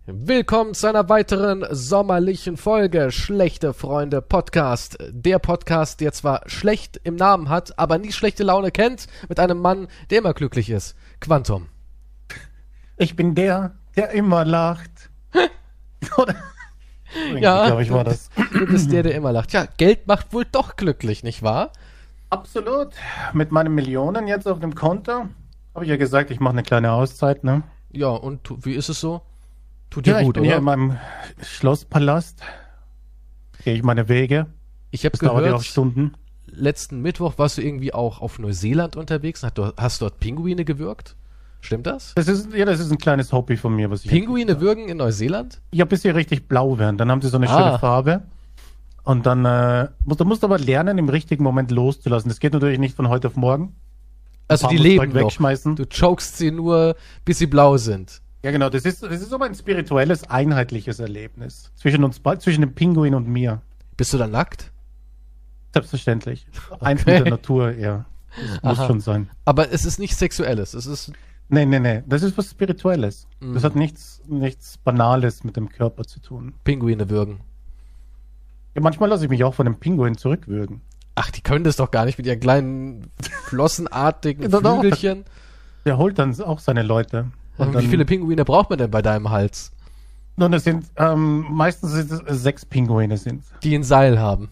Willkommen zu einer weiteren sommerlichen Folge Schlechte Freunde Podcast. Der Podcast, der zwar schlecht im Namen hat, aber nie schlechte Laune kennt, mit einem Mann, der immer glücklich ist. Quantum. Ich bin der immer lacht. Oder? Ja, glaube ich, war das. Du bist der immer lacht. Ja, Geld macht wohl doch glücklich, nicht wahr? Absolut. Mit meinen Millionen jetzt auf dem Konto habe ich ja gesagt, ich mache eine kleine Auszeit, ne? Ja, und wie ist es so? Tut dir Ja, gut, ich bin oder? hier in meinem Schlosspalast. Gehe ich meine Wege. Ich habe Das dauert ja auch gehört, Stunden. letzten Mittwoch warst du irgendwie auch auf Neuseeland unterwegs und hast dort Pinguine gewürgt. Stimmt das? Das ist ein kleines Hobby von mir, was ich Pinguine würgen in Neuseeland? Ja, bis sie richtig blau werden. Dann haben sie so eine Ah. schöne Farbe. Und dann musst du aber lernen, im richtigen Moment loszulassen. Das geht natürlich nicht von heute auf morgen. Also die Ein paar musst du leben halt noch. wegschmeißen. Du chokest sie nur, bis sie blau sind. Ja, genau. Das ist aber ein spirituelles, einheitliches Erlebnis. Zwischen dem Pinguin und mir. Bist du dann nackt? Selbstverständlich. Eins mit der Natur, ja. Das muss Aha. schon sein. Aber es ist nichts Sexuelles. Es ist. Nee. Das ist was Spirituelles. Das hat nichts Banales mit dem Körper zu tun. Pinguine würgen. Ja, manchmal lasse ich mich auch von dem Pinguin zurückwürgen. Ach, die können das doch gar nicht mit ihren kleinen flossenartigen Ja, doch. Flügelchen. Der holt dann auch seine Leute. Und Wie dann, viele Pinguine braucht man denn bei deinem Hals? Nun, das sind, meistens sind es 6 Pinguine sind. Die ein Seil haben.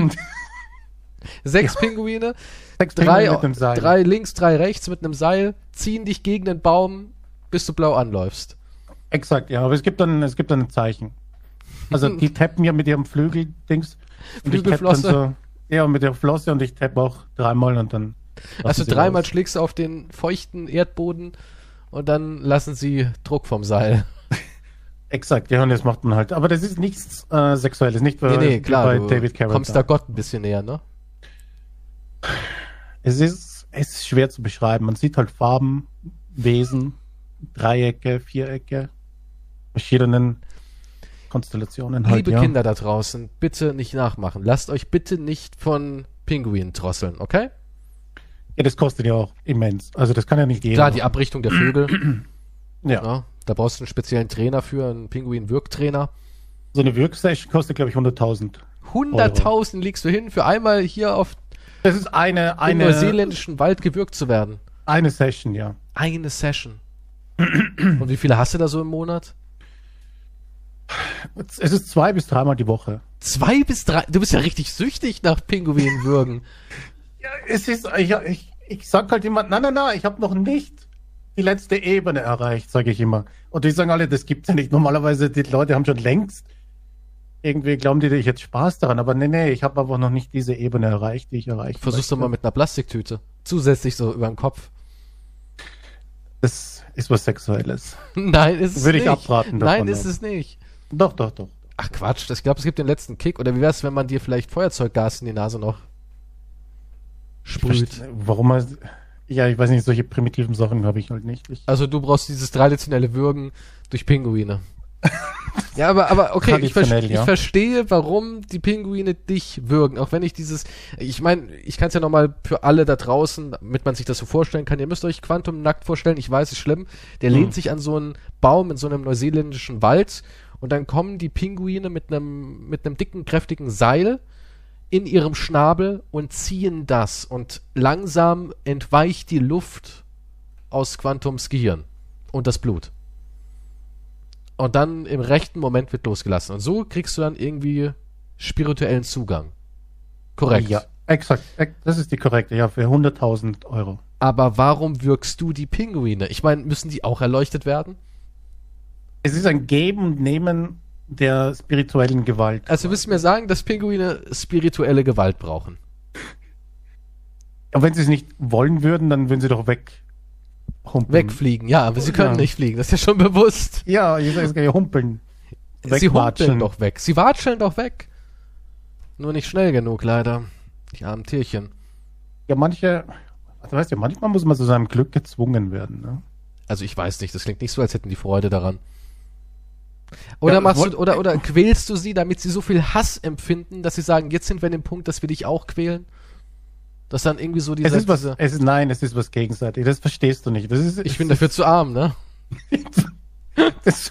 6 Pinguine, 6 drei, Pinguine mit dem Seil. 3 links, 3 rechts mit einem Seil, ziehen dich gegen den Baum, bis du blau anläufst. Exakt, ja, aber es gibt dann ein Zeichen. Also die tappen ja mit ihrem Flügeldings. Und ich tapp dann Flügelflosse. so, ja, mit der Flosse und ich tapp auch 3-mal und dann. Also lassen sie dreimal raus. schlägst du auf den feuchten Erdboden und dann lassen sie Druck vom Seil. Exakt, ja, und das macht man halt. Aber das ist nichts Sexuelles, nicht Nee, wie klar, bei du David Carradine. kommst da Gott ein bisschen näher, ne? Es ist schwer zu beschreiben. Man sieht halt Farben, Wesen, Dreiecke, Vierecke, verschiedenen Konstellationen halt, Liebe ja. Kinder da draußen, bitte nicht nachmachen. Lasst euch bitte nicht von Pinguinen drosseln, okay? Ja, das kostet ja auch immens. Also das kann ja nicht jeder. Klar, die Abrichtung der Vögel, Ja. ja, da brauchst du einen speziellen Trainer für, einen Pinguin-Wirktrainer. So eine Workstation kostet, glaube ich, 100.000. 100.000 legst du hin, für einmal hier auf Das ist im eine neuseeländischen Wald gewürgt zu werden. Session, ja. Eine Session. Und wie viele hast du da so im Monat? Es ist 2 bis 3 Mal die Woche. 2 bis 3. Du bist ja richtig süchtig nach Pinguinwürgen. Ja, ich sag halt immer, nein, ich habe noch nicht die letzte Ebene erreicht, sage ich immer. Und die sagen alle, das gibt's ja nicht. Normalerweise, die Leute haben schon längst, irgendwie glauben die, ich hätte Spaß daran. Aber nee, ich habe aber noch nicht diese Ebene erreicht, die ich erreicht Versuch's doch mal mit einer Plastiktüte. Zusätzlich so über den Kopf. Das ist was Sexuelles. Nein, ist es Würde nicht. ich abraten davon. Nein, ist es nicht. Doch. Ach Quatsch, ich glaube, es gibt den letzten Kick. Oder wie wär's, wenn man dir vielleicht Feuerzeuggas in die Nase noch sprüht? Warum man... Ja, ich weiß nicht, solche primitiven Sachen habe ich halt nicht. Also du brauchst dieses traditionelle Würgen durch Pinguine. Ja, aber okay, Traditionell, ich ja. verstehe, warum die Pinguine dich würgen. Auch wenn ich ich meine, ich kann es ja nochmal für alle da draußen, damit man sich das so vorstellen kann. Ihr müsst euch Quantum nackt vorstellen, ich weiß, es ist schlimm. Der lehnt sich an so einen Baum in so einem neuseeländischen Wald und dann kommen die Pinguine mit einem dicken, kräftigen Seil in ihrem Schnabel und ziehen das und langsam entweicht die Luft aus Quantums Gehirn und das Blut. Und dann im rechten Moment wird losgelassen. Und so kriegst du dann irgendwie spirituellen Zugang. Korrekt. Ja, exakt. Das ist die korrekte, ja, für 100.000 Euro. Aber warum wirkst du die Pinguine? Ich meine, müssen die auch erleuchtet werden? Es ist ein Geben und Nehmen der spirituellen Gewalt. Also willst du mir sagen, dass Pinguine spirituelle Gewalt brauchen? Aber wenn sie es nicht wollen würden, dann würden sie doch weghumpeln. Wegfliegen, ja, aber sie können Ja. nicht fliegen, das ist ja schon bewusst. Ja, ich sage ja humpeln. Sie humpeln Wegwatscheln. doch weg. Sie watscheln doch weg. Nur nicht schnell genug, leider. Die armen Tierchen. Ja, manchmal muss man zu seinem Glück gezwungen werden. Ne? Also ich weiß nicht, das klingt nicht so, als hätten die Freude daran. Oder Ja, oder quälst du sie, damit sie so viel Hass empfinden, dass sie sagen, jetzt sind wir an dem Punkt, dass wir dich auch quälen? Dass dann irgendwie so Es ist was Gegenseitiges. Das verstehst du nicht. ich bin dafür zu arm, ne? Das,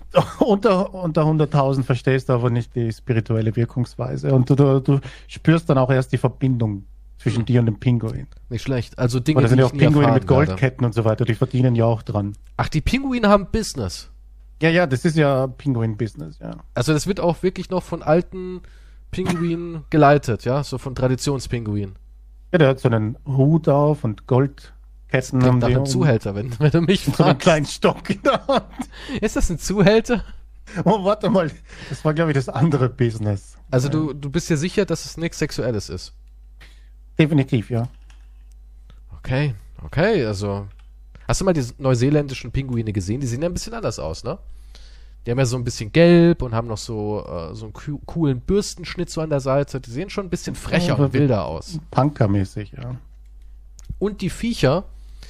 unter 100.000 verstehst du aber nicht die spirituelle Wirkungsweise. Und du spürst dann auch erst die Verbindung zwischen dir und dem Pinguin. Nicht schlecht. Also Dinge, Oder sind die ja ich auch nie Pinguine erfahren mit Goldketten und so weiter, die verdienen ja auch dran. Ach, die Pinguine haben Business. Ja, das ist ja Pinguin-Business, ja. Also das wird auch wirklich noch von alten Pinguinen geleitet, ja? So von Traditionspinguinen. Ja, der hat so einen Hut auf und Goldketten. Klingt nach einem Zuhälter, wenn du mich Und so einen fragst. kleinen Stock in der Hand. Ist das ein Zuhälter? Oh, warte mal. Das war, glaube ich, das andere Business. Also du bist dir sicher, dass es nichts Sexuelles ist? Definitiv, ja. Okay, also... Hast du mal die neuseeländischen Pinguine gesehen? Die sehen ja ein bisschen anders aus, ne? Die haben ja so ein bisschen gelb und haben noch so einen coolen Bürstenschnitt so an der Seite. Die sehen schon ein bisschen frecher und wilder aus. Punkermäßig, ja. Und die Viecher,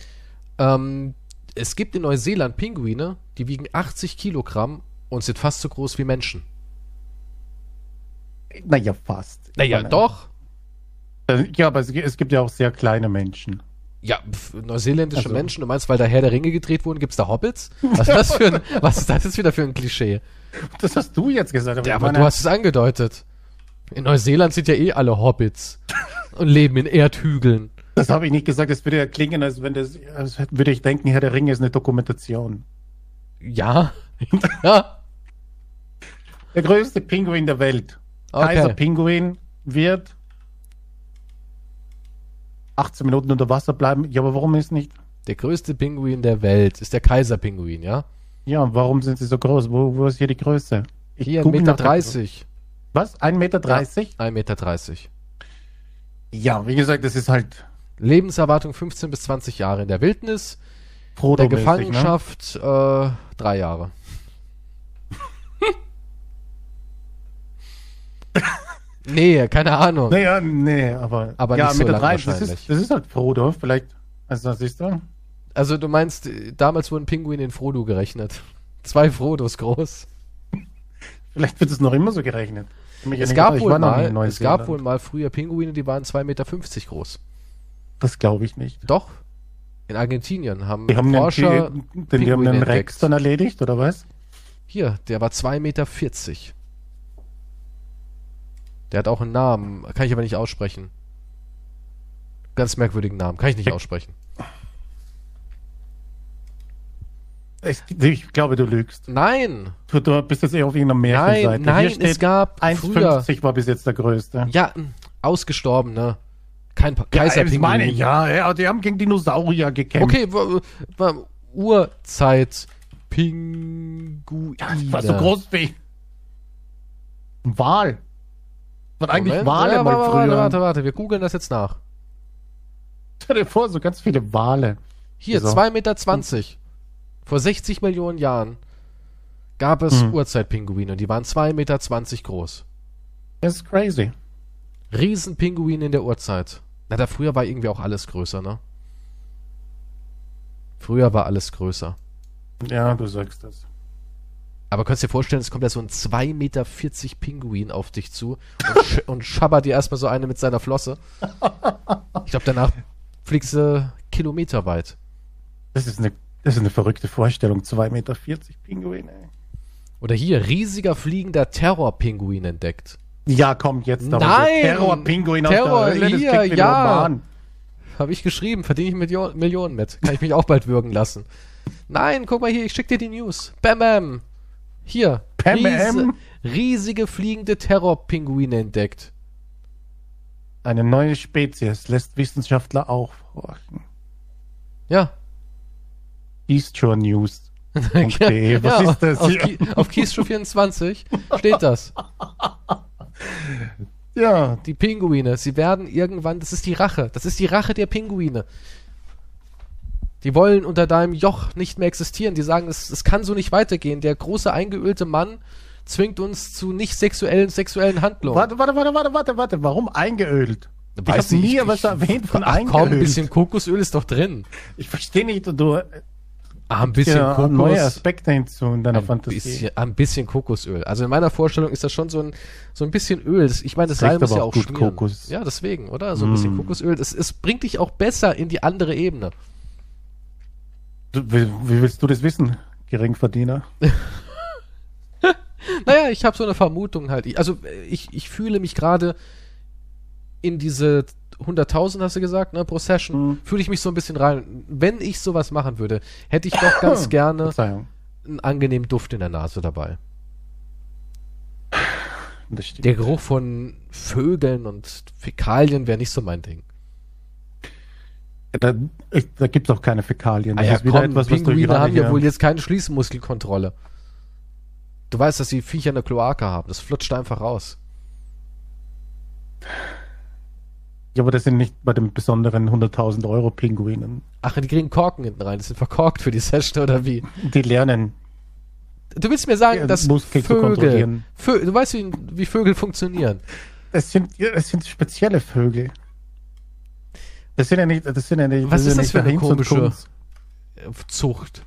es gibt in Neuseeland Pinguine, die wiegen 80 Kilogramm und sind fast so groß wie Menschen. Naja, fast. Naja, doch. Ja, aber es gibt ja auch sehr kleine Menschen. Ja, neuseeländische Also- Menschen, du meinst, weil da Herr der Ringe gedreht wurden, gibt's da Hobbits? Was ist das jetzt wieder für ein Klischee? Das hast du jetzt gesagt. Ja, ich aber meine, du hast es angedeutet. In Neuseeland sind ja eh alle Hobbits und leben in Erdhügeln. das habe ich nicht gesagt. Das würde ja klingen, als würde ich denken, Herr der Ringe ist eine Dokumentation. Ja, ja, Der größte Pinguin der Welt. Okay. Kaiserpinguin wird 18 Minuten unter Wasser bleiben. Ja, aber warum ist nicht? der größte Pinguin der Welt ist der Kaiserpinguin, ja? Ja, warum sind sie so groß? Wo ist hier die Größe? Ich Hier, 1,30 google Meter. nach der- 30. Was? 1,30 Meter? 1,30 Meter. Ja, wie gesagt, das ist halt Lebenserwartung 15 bis 20 Jahre in der Wildnis. Der Frodo-mäßig, Gefangenschaft 3 Jahre. Nee, keine Ahnung. Ne? Naja, nee, aber Aber nicht so lang 1,30 Meter, wahrscheinlich. das ist halt Frodo, vielleicht. Also, siehst du? Also du meinst, damals wurden Pinguine in Frodo gerechnet. 2 Frodos groß. Vielleicht wird es noch immer so gerechnet. Es gab wohl mal früher Pinguine, die waren 2,50 Meter groß. Das glaube ich nicht. Doch. In Argentinien haben Die haben Forscher die haben Pinguine den Rex entdeckt. dann erledigt, oder was? Hier, der war 2,40 Meter. Der hat auch einen Namen, kann ich aber nicht aussprechen. Ganz merkwürdigen Namen, kann ich nicht aussprechen. Ich glaube, du lügst. Nein, Du bist jetzt eher auf irgendeiner Märchenseite. nein, Hier steht, es gab früher, 1,50 war bis jetzt der größte. ja, ausgestorben, ne? Kein das Kaiserpinguin. meine ich, ja, die haben gegen Dinosaurier gekämpft. Okay, war Urzeit Pinguine. Das war so groß wie ein Wal. Das waren eigentlich Moment. Wale Ja, mal früher. warte, wir googeln das jetzt nach. Stell dir vor, so ganz viele Wale. Hier, So. 2,20 Meter. Vor 60 Millionen Jahren gab es Urzeitpinguine und die waren 2,20 Meter groß. Das ist crazy. Riesenpinguine in der Urzeit. Na, da früher war irgendwie auch alles größer, ne? Früher war alles größer. Ja, du sagst das. Aber kannst dir vorstellen, es kommt ja so ein 2,40 Meter Pinguin auf dich zu und schabbert dir erstmal so eine mit seiner Flosse. Ich glaube, danach fliegst du kilometerweit. Das ist eine verrückte Vorstellung. 2,40 Meter Pinguine. Ey. Oder hier, riesiger fliegender Terrorpinguin entdeckt. Ja, komm, jetzt aber Nein! so Terrorpinguin aus Terror, der Hölle, das hier, klingt wie ja. ein Roman. Habe ich geschrieben, verdiene ich Millionen mit. Kann ich mich auch bald würgen lassen. Nein, guck mal hier, ich schick dir die News. Bam, bam. Hier. Bam, bam. Riesige fliegende Terrorpinguine entdeckt. Eine neue Spezies lässt Wissenschaftler aufhorchen. Ja. Eastshore News. .de. Was ist das hier? Auf Kieshow 24 steht das. Ja, Die Pinguine, sie werden irgendwann, das ist die Rache der Pinguine. Die wollen unter deinem Joch nicht mehr existieren. Die sagen, es kann so nicht weitergehen. Der große eingeölte Mann zwingt uns zu nicht sexuellen Handlungen. warte. Warum eingeölt? Ich Weiß habe nicht, nie was erwähnt von Ach eingeölt. komm, ein bisschen Kokosöl ist doch drin. Ich verstehe nicht, du Ein bisschen ja, neue Kokos. Aspekte hinzu in deiner Fantasie. Ein bisschen Kokosöl. Also in meiner Vorstellung ist das schon so ein bisschen Öl. Ich meine, das Riecht Seil muss aber ja auch auch gut schmieren. Kokos. Ja, deswegen, oder? So ein bisschen Kokosöl. Es bringt dich auch besser in die andere Ebene. Wie willst du das wissen, Geringverdiener? ich habe so eine Vermutung halt. Ich fühle mich gerade in diese 100.000, hast du gesagt, ne, pro Session, fühle ich mich so ein bisschen rein. Wenn ich sowas machen würde, hätte ich doch ganz gerne Verzeihung. einen angenehmen Duft in der Nase dabei. Das stimmt. Der Geruch von Vögeln und Fäkalien wäre nicht so mein Ding. Da gibt es auch keine Fäkalien. Ah Das ja, ist wieder komm, etwas, was du Pinguine gerade haben ja hier... wohl jetzt keine Schließmuskelkontrolle. Du weißt, dass die Viecher eine Kloake haben. Das flutscht einfach raus. Ja, aber das sind nicht bei den besonderen 100.000 Euro Pinguinen. Ach, die kriegen Korken hinten rein. Die sind verkorkt für die Session oder wie? Die lernen, Du willst mir sagen, dass Muskeln zu kontrollieren. Du weißt, wie Vögel funktionieren. Es sind spezielle Vögel. Das sind ja nicht... Was ist das nicht für eine Hinz und komische Kunz. Zucht?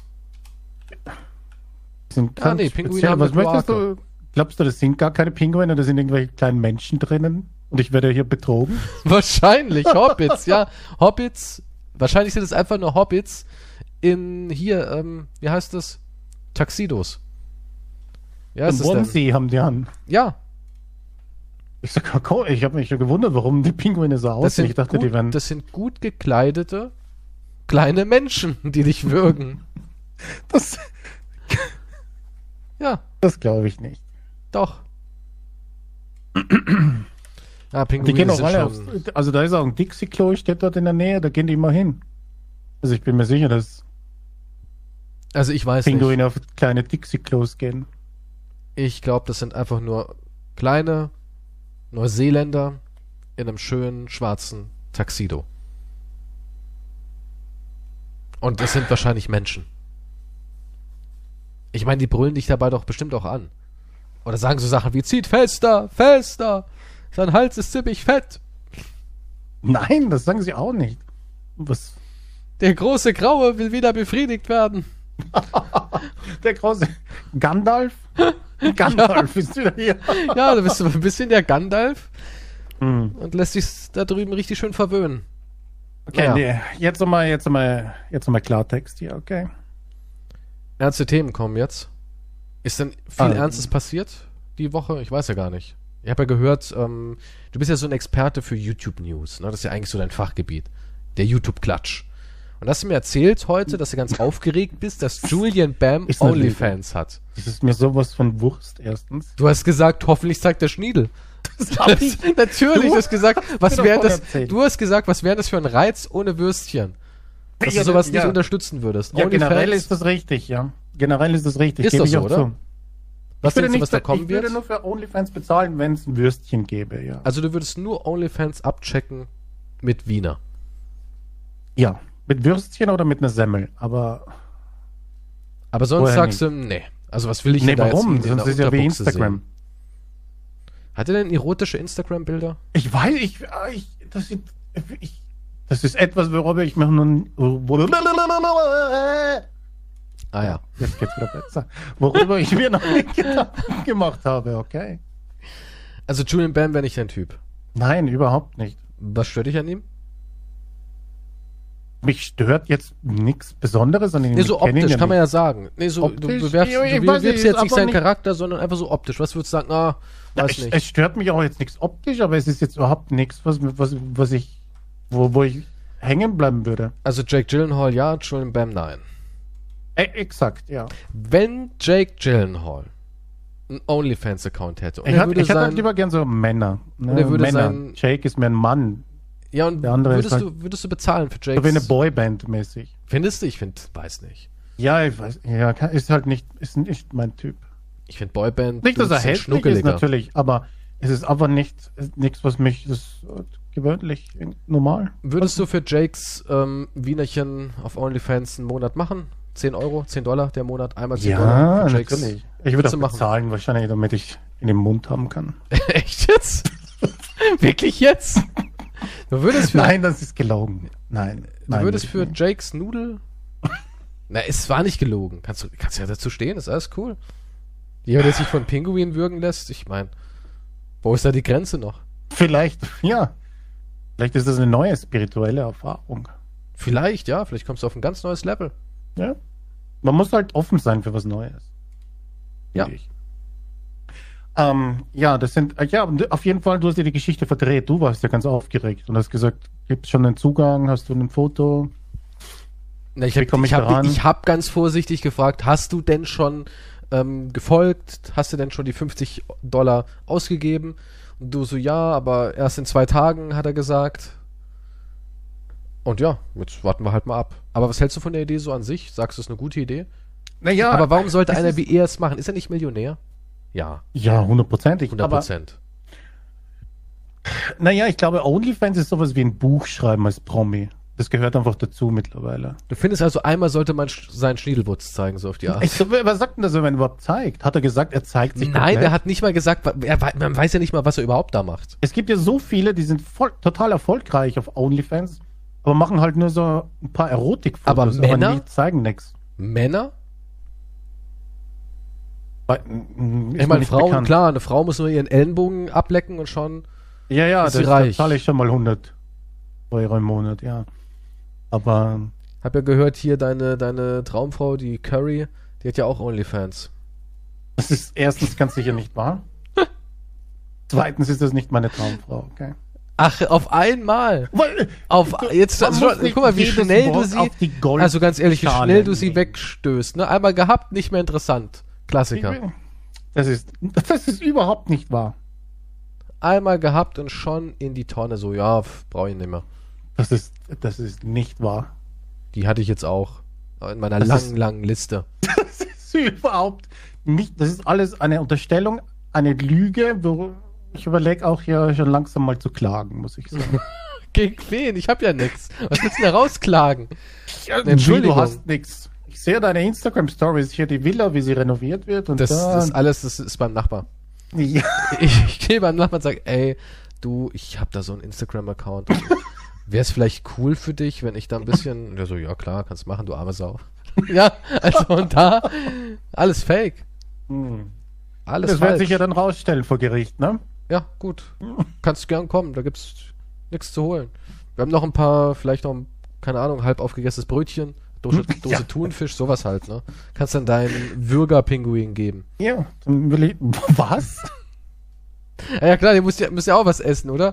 Das sind Ah, ganz nee, Pinguine spezielle. haben Was eine möchtest Kloake. du? Glaubst du, das sind gar keine Pinguine, da sind irgendwelche kleinen Menschen drinnen und ich werde hier betrogen? Wahrscheinlich. Hobbits, ja. Hobbits. Wahrscheinlich sind es einfach nur Hobbits in hier, wie heißt das? Taxidos. Ja, Ein ist es denn? Onesie haben die an. Ja, Ich habe mich schon gewundert, warum die Pinguine so das aussehen. sind, Ich dachte, die wären... das sind gut gekleidete kleine Menschen, die dich würgen. Das Ja, glaube ich nicht. doch. Ja, Die Pinguine gehen auch sind alle schon... also da ist auch ein Dixie-Klo, steht dort in der Nähe, da gehen die immer hin. Also ich bin mir sicher, dass Also ich weiß nicht. Pinguine auf kleine Dixie-Klos gehen. Ich glaube, das sind einfach nur kleine Neuseeländer in einem schönen schwarzen Tuxedo. Und das sind wahrscheinlich Menschen. Ich meine, die brüllen dich dabei doch bestimmt auch an. Oder sagen so Sachen wie, zieht fester, fester, sein Hals ist ziemlich fett. Nein, das sagen sie auch nicht. Was? Der große Graue will wieder befriedigt werden. Der große Gandalf? Gandalf ist wieder hier. Ja, du bist ein bisschen der Gandalf Hm. und lässt dich da drüben richtig schön verwöhnen. Okay, Naja. nee, jetzt nochmal Klartext hier, okay. Ernste Themen kommen jetzt. Ist denn viel Ah. Ernstes passiert die Woche? Ich weiß ja gar nicht. Ich habe ja gehört, du bist ja so ein Experte für YouTube-News. Ne? Das ist ja eigentlich so dein Fachgebiet. Der YouTube-Klatsch. Und hast du mir erzählt heute, dass du ganz aufgeregt bist, dass Julian Bam Ist eine OnlyFans hat. Das ist mir sowas von Wurst, erstens. Du hast gesagt, hoffentlich zeigt der Schniedel. Das hab ich. Natürlich, du hast gesagt, was mir wäre davon das? erzählt. Du hast gesagt, was wäre das für ein Reiz ohne Würstchen? Dass Ja, du sowas ja. nicht unterstützen würdest. Ja, generell OnlyFans, ist das richtig, ja. Generell ist das richtig. Ist gebe das ich so, auch oder? zu. was denkst du, nicht was da für- kommen ich wird? würde nur für OnlyFans bezahlen, wenn es ein Würstchen gäbe, ja. Also du würdest nur OnlyFans abchecken mit Wiener. Ja, mit Würstchen oder mit einer Semmel, aber Aber sonst Vorher sagst du, nee. Also was will ich nee, denn da warum? jetzt in Sonst der ist ja wie Unterbuchse Instagram. sehen? Hat er denn erotische Instagram-Bilder? Ich weiß, das ist etwas, worüber ich mir nun Ah ja. jetzt geht's wieder besser. Worüber ich mir noch nicht Gedanken gemacht habe, okay? Also Julian Bam wäre nicht dein Typ. Nein, überhaupt nicht. Was stört dich an ihm? Mich stört jetzt nichts Besonderes an ihm. Nee, so Ich kenn ihn optisch, ja kann man nicht. ja sagen. Nee, so, du Optisch? bewertest, Ja, ich du weiß nicht, bewirbst ist jetzt nicht aber seinen nicht- Charakter, sondern einfach so optisch. Was würdest du sagen? Ah, weiß nicht. Es stört mich auch jetzt nichts optisch, aber es ist jetzt überhaupt nichts, wo ich hängen bleiben würde. Also Jake Gyllenhaal ja, Julian Bam nein. Exakt, ja. Wenn Jake Gyllenhaal einen OnlyFans-Account hätte und Ich er hätte würde halt sein... lieber gern so Männer. Ne? Und er würde Männer. sein- Jake ist mir ein Mann. Ja, und der andere ist würdest du bezahlen für So wie eine Jakes... Boyband mäßig. Findest du? Ich finde, weiß nicht. Ja, ich weiß. Ja, ist halt nicht, ist nicht mein Typ. Ich finde Boyband Nicht, dass er ein bisschen hässlich ist natürlich, aber es ist aber nichts, was mich, das ist gewöhnlich, normal. Würdest du für Jakes Wienerchen auf OnlyFans einen Monat machen? 10 Euro, 10 Dollar der Monat, einmal 10 Dollar Ja, für Jakes. natürlich. Ich würde Würdest auch du machen? bezahlen, wahrscheinlich, damit ich in den Mund haben kann. Echt jetzt? Wirklich jetzt? Du würdest für, Nein, das ist gelogen. Nein. du würdest würde für ich nicht. Jakes Nudel... Na, es war nicht gelogen. Kannst du ja dazu stehen, ist alles cool. Jeder, der sich von Pinguin würgen lässt, ich meine, wo ist da die Grenze noch? Vielleicht, ja. Vielleicht ist das eine neue spirituelle Erfahrung. Vielleicht, ja, vielleicht kommst du auf ein ganz neues Level. Ja. Man muss halt offen sein für was Neues. Ja. Finde ich. Ja, das sind, ja, auf jeden Fall, du hast dir die Geschichte verdreht. Du warst ja ganz aufgeregt und hast gesagt, gibt's schon einen Zugang, hast du ein Foto? Na, Wie komm ich da ran? ich hab ganz vorsichtig gefragt, hast du denn schon gefolgt? Hast du denn schon die $50 ausgegeben? Und du so, ja, aber erst in 2 Tagen, hat er gesagt. Und ja, jetzt warten wir halt mal ab. Aber was hältst du von der Idee so an sich? Sagst du, es ist eine gute Idee? Naja, Aber warum sollte es einer ist- wie er es machen? Ist er nicht Millionär? Ja, Ja, 100%. 100%. Naja, ich glaube, OnlyFans ist sowas wie ein Buch schreiben als Promi. Das gehört einfach dazu mittlerweile. Du findest also, einmal sollte man seinen Schniedelwurz zeigen, so auf die Art. Was sagt denn das, wenn er überhaupt zeigt? Hat er gesagt, er zeigt sich Nein, komplett? der hat nicht mal gesagt, man weiß ja nicht mal, was er überhaupt da macht. Es gibt ja so viele, die sind total erfolgreich auf OnlyFans, aber machen halt nur so ein paar Erotikfotos, Aber Männer? die zeigen nichts. Männer? Ist Ich mir meine, nicht Frauen, bekannt. klar, eine Frau muss nur ihren Ellenbogen ablecken und schon. Ja, ist da reich. zahle ich schon mal 100 Euro im Monat, ja. Aber Hab ja gehört, hier deine Traumfrau, die Curry, die hat ja auch OnlyFans. das ist erstens ganz sicher nicht wahr. Zweitens ist das nicht meine Traumfrau, okay? Ach, auf einmal. Weil, Jetzt, man muss nicht guck mal, wie jedes schnell du Wort sie. auf die Gold- Also ganz ehrlich, wie Schale schnell du sie legen. wegstößt. Ne? Einmal gehabt, nicht mehr interessant. Klassiker. das ist überhaupt nicht wahr. Einmal gehabt und schon in die Tonne. So, ja, brauche ich nicht mehr. Das ist nicht wahr. Die hatte ich jetzt auch. In meiner Das ist- langen Liste. Das ist überhaupt nicht. Das ist alles eine Unterstellung, eine Lüge. Wo ich überlege auch hier schon langsam mal zu klagen, muss ich sagen. Gegen wen? Ich hab ja nichts. Was willst du denn da rausklagen? Entschuldigung, du hast nichts. Ich sehe deine Instagram-Stories hier, die Villa, wie sie renoviert wird. Und Das da, ist alles, das ist beim Nachbar. ja, Ich gehe beim Nachbarn und sage, ey, du, ich habe da so einen Instagram-Account. Wäre es vielleicht cool für dich, wenn ich da ein bisschen. Der so, ja klar, kannst machen, du arme Sau. Ja, also und da, alles fake. Alles das wird falsch. sich ja dann rausstellen vor Gericht, ne? Ja, gut. Kannst gern kommen, da gibt's nichts zu holen. Wir haben noch ein paar, vielleicht noch, keine Ahnung, halb aufgegessenes Brötchen, Dose Ja. Thunfisch, sowas halt, ne? Kannst dann deinen Würger-Pinguin geben. Ja, dann will ich. Was? Ja klar, ihr müsst ja auch was essen, oder?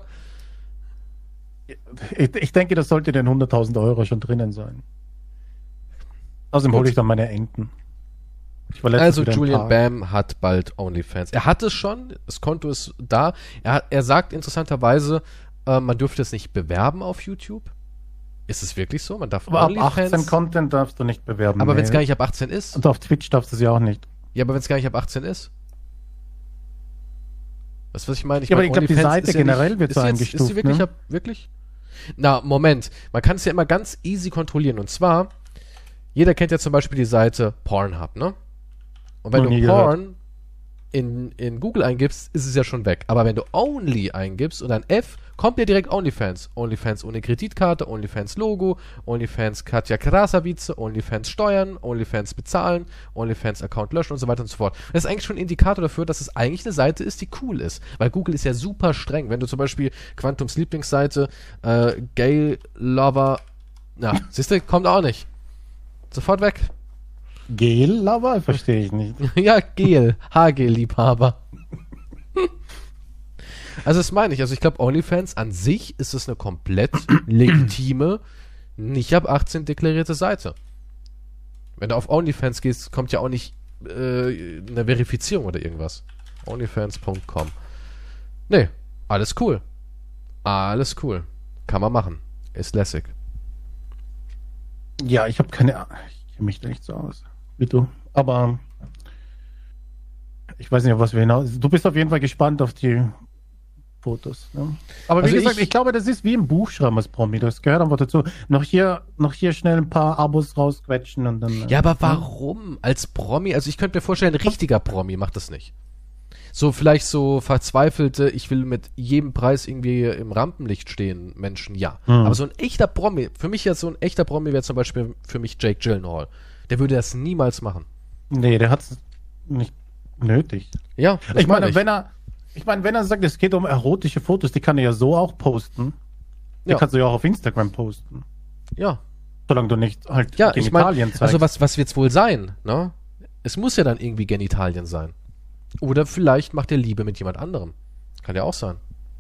Ich denke, das sollte den 100.000 Euro schon drinnen sein. Außerdem Gut. hole ich dann meine Enten. Ich war letztens Also wieder im Julian Park. Bam hat bald OnlyFans. Er hat es schon, das Konto ist da. Er sagt interessanterweise, man dürfte es nicht bewerben auf YouTube. Ist es wirklich so? Man darf Aber ab 18 Content darfst du nicht bewerben. aber wenn es nee. gar nicht ab 18 ist? Und auf Twitch darfst du sie auch nicht. Ja, aber wenn es gar nicht ab 18 ist? Weißt du, was ich meine? Ja, aber meine, ich glaube, die OnlyFans Seite ist ja generell nicht, wird so ist eingestuft, sie wirklich ne? wirklich? Na, Moment. Man kann es ja immer ganz easy kontrollieren. Und zwar, jeder kennt ja zum Beispiel die Seite Pornhub, ne? Und wenn Noch du nie Porn in Google eingibst, ist es ja schon weg. Aber wenn du Only eingibst und dann F, kommt ja direkt OnlyFans. OnlyFans ohne Kreditkarte, OnlyFans Logo, OnlyFans Katja Krasavice, OnlyFans Steuern, OnlyFans bezahlen, OnlyFans Account löschen und so weiter und so fort. Das ist eigentlich schon ein Indikator dafür, dass es eigentlich eine Seite ist, die cool ist. Weil Google ist ja super streng. Wenn du zum Beispiel Quantums Lieblingsseite, Gay Lover, na, siehst du, kommt auch nicht. Sofort weg. Gel-Lover? Verstehe ich nicht. Ja, Gel. Haargel-Liebhaber. Also das meine ich. Also ich glaube, OnlyFans an sich ist es eine komplett legitime, nicht ab 18 deklarierte Seite. Wenn du auf OnlyFans gehst, kommt ja auch nicht eine Verifizierung oder irgendwas. OnlyFans.com. Nee, alles cool. Alles cool. Kann man machen. Ist lässig. Ja, ich habe keine Ahnung. Ich kenne mich da nicht so aus. Wie du. Aber ich weiß nicht, auf was wir hinaus. Du bist auf jeden Fall gespannt auf die Fotos. Ne? Aber wie Also gesagt, ich glaube, das ist wie ein Buchschreiben als Promi. Das gehört einfach dazu. Noch hier schnell ein paar Abos rausquetschen und dann. Ja, aber warum? Als Promi? Also ich könnte mir vorstellen, ein richtiger Promi macht das nicht. So vielleicht so verzweifelte, ich will mit jedem Preis irgendwie im Rampenlicht stehen, Menschen, ja. Aber so ein echter Promi, für mich jetzt so ein echter Promi wäre zum Beispiel für mich Jake Gyllenhaal. Der würde das niemals machen. Nee, der hat es nicht nötig. Ja, das Ich meine, ich. wenn er sagt, es geht um erotische Fotos, die kann er ja so auch posten. Die Ja. kannst du ja auch auf Instagram posten. Ja, Solange du nicht halt ja, ich meine, Genitalien zeigst. also was wird's wohl sein, ne? Es muss ja dann irgendwie Genitalien sein. Oder vielleicht macht er Liebe mit jemand anderem. Kann ja auch sein.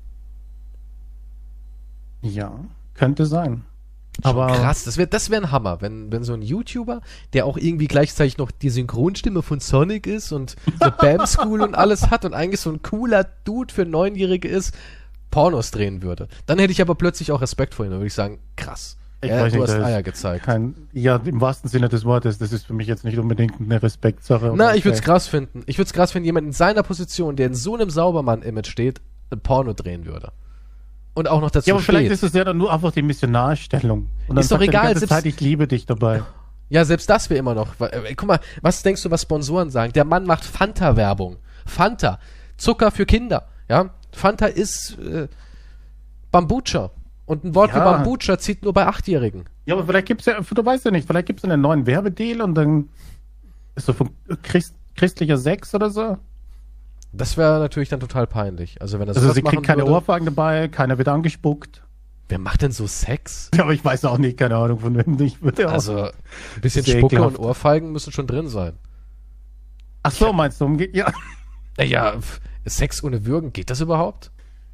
Ja, könnte sein. Schon Aber krass, das wär ein Hammer, wenn so ein YouTuber, der auch irgendwie gleichzeitig noch die Synchronstimme von Sonic ist und so Bam School und alles hat und eigentlich so ein cooler Dude für Neunjährige ist, Pornos drehen würde. Dann hätte ich aber plötzlich auch Respekt vor ihm. Dann würde ich sagen, krass. ich Ja, weiß du nicht, hast das ist Eier gezeigt. ja, im wahrsten Sinne des Wortes, das ist für mich jetzt nicht unbedingt eine Respektsache. Na, aber ich würde es okay. krass finden. Ich würde es krass, wenn jemand in seiner Position, der in so einem Saubermann-Image steht, ein Porno drehen würde. Und auch noch dazu Ja, aber vielleicht steht. ist es ja dann nur einfach die Missionarstellung. Und dann Ist doch sagt er egal, die ganze selbst- Zeit, ich liebe dich dabei. Ja, selbst das wäre immer noch. Guck mal, was denkst du, was Sponsoren sagen? Der Mann macht Fanta-Werbung. Fanta. Zucker für Kinder. Ja? Fanta ist Bambucha. Und ein Wort wie Ja. Bambucha zieht nur bei 8-Jährigen. Ja, aber vielleicht gibt's ja, du weißt ja nicht, vielleicht gibt's einen neuen Werbedeal und dann ist so von christlicher Sex oder so. Das wäre natürlich dann total peinlich. Also wenn er Also sowas sie machen kriegt keine würde, Ohrfeigen dabei, keiner wird angespuckt. wer macht denn so Sex? Ja, aber ich weiß auch nicht, keine Ahnung von wem. Ich würde auch. Also ein bisschen Sehr Spucke ekelhaft. und Ohrfeigen müssen schon drin sein. Ach so, meinst du, ja. Naja, Sex ohne Würgen, geht das überhaupt?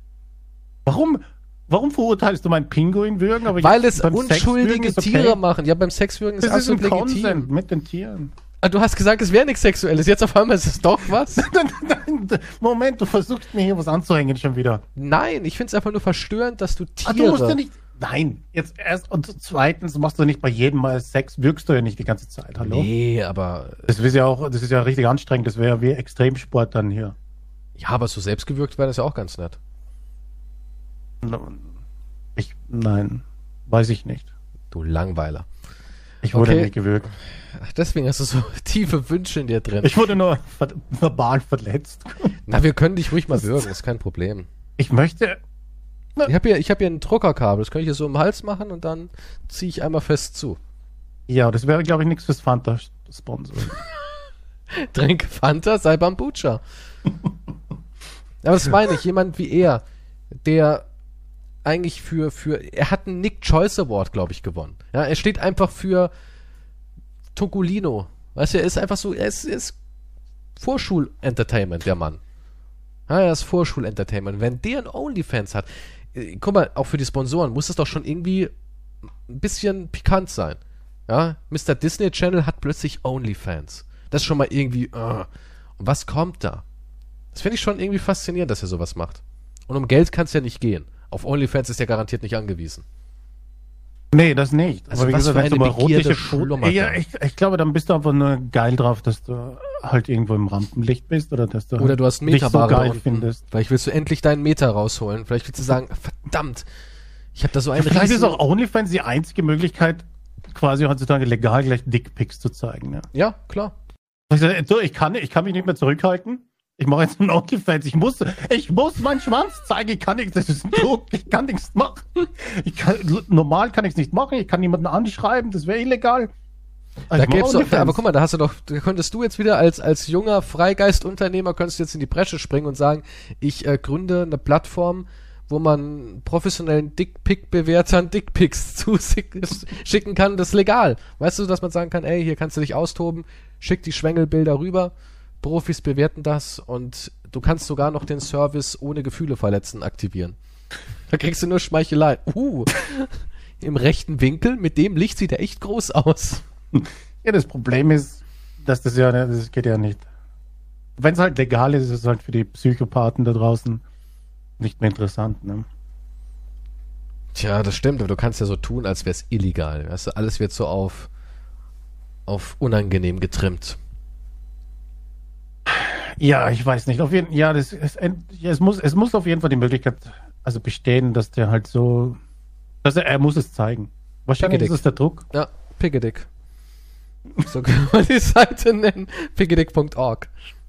Warum verurteilst du meinen Pinguinwürgen? Aber Weil jetzt es beim unschuldige Sexwürgen ist okay? Tiere machen. Ja, beim Sexwürgen ist Das ist absolut ein legitim. Consent mit den Tieren. Ah, du hast gesagt, es wäre nichts Sexuelles. Jetzt auf einmal ist es doch was? Moment, du versuchst mir hier was anzuhängen schon wieder. Nein, ich finde es einfach nur verstörend, dass du Tiere... Du musst ja nicht. Nein, jetzt erst und zweitens machst du nicht bei jedem Mal Sex, wirkst du ja nicht die ganze Zeit. Hallo? Nee, aber... Das ist ja richtig anstrengend, das wäre ja wie Extremsport dann hier. Ja, aber so selbstgewürgt wäre das ja auch ganz nett. Nein, weiß ich nicht. Du Langweiler. Ich wurde Okay. nicht gewürgt. Ach, deswegen hast du so tiefe Wünsche in dir drin. Ich wurde nur verbal verletzt. Na, wir können dich ruhig mal würgen, ist kein Problem. Ich möchte. Ich hab hier ein Druckerkabel, das kann ich hier so im Hals machen und dann ziehe ich einmal fest zu. Ja, das wäre, glaube ich, nichts fürs Fanta-Sponsor. Trink Fanta, sei Bambucha. Aber das meine ich, jemand wie er, der eigentlich er hat einen Nick Choice Award, glaube ich, gewonnen. Ja, er steht einfach für Tokulino. Weißt du, er ist einfach so, er ist Vorschul-Entertainment, der Mann. Ja, er ist Vorschul-Entertainment. Wenn der ein OnlyFans hat, guck mal, auch für die Sponsoren muss es doch schon irgendwie ein bisschen pikant sein. Ja, Mr. Disney Channel hat plötzlich OnlyFans. Das ist schon mal irgendwie, Und was kommt da? Das finde ich schon irgendwie faszinierend, dass er sowas macht. Und um Geld kann es ja nicht gehen. Auf OnlyFans ist er garantiert nicht angewiesen. Nee, das nicht. Also was für wenn eine du mal Begierde rotliche schlummert Ja, da. ich glaube, dann bist du einfach nur geil drauf, dass du halt irgendwo im Rampenlicht bist oder dass du Oder du hast dich so Meterware geil unten. findest. Vielleicht willst du endlich deinen Meter rausholen. Vielleicht willst du sagen, verdammt, ich habe da so einen Vielleicht ist riesen... auch OnlyFans die einzige Möglichkeit, quasi heutzutage legal gleich Dickpics zu zeigen. Ne? Ja, klar. Ich kann mich nicht mehr zurückhalten. Ich mache jetzt einen OnlyFans. Ich muss meinen Schwanz zeigen. Ich kann nichts. Das ist ein Druck. Ich kann nichts machen. Normal kann ich es nicht machen. Ich kann niemanden anschreiben. Das wäre illegal. Da gäb's doch, aber guck mal, da könntest du jetzt wieder als junger Freigeist-Unternehmer könntest du jetzt in die Bresche springen und sagen, ich gründe eine Plattform, wo man professionellen Dickpick-Bewertern Dickpics zuschicken kann, das ist legal. Weißt du, dass man sagen kann, ey, hier kannst du dich austoben, schick die Schwengelbilder rüber, Profis bewerten das und du kannst sogar noch den Service ohne Gefühle verletzen aktivieren. Da kriegst du nur Schmeichelei. Im rechten Winkel, mit dem Licht sieht er echt groß aus. Ja, das Problem ist, dass das geht ja nicht. Wenn es halt legal ist, ist es halt für die Psychopathen da draußen nicht mehr interessant, ne? Tja, das stimmt, aber du kannst ja so tun, als wäre es illegal. Weißt du, alles wird so auf unangenehm getrimmt. Ja, ich weiß nicht. Auf jeden ja, es muss auf jeden Fall die Möglichkeit also bestehen, dass der halt so, dass er muss es zeigen. Wahrscheinlich Pickedick. ist es der Druck. Ja, Pickedick. So kann man die Seite nennen. Pickedick.org.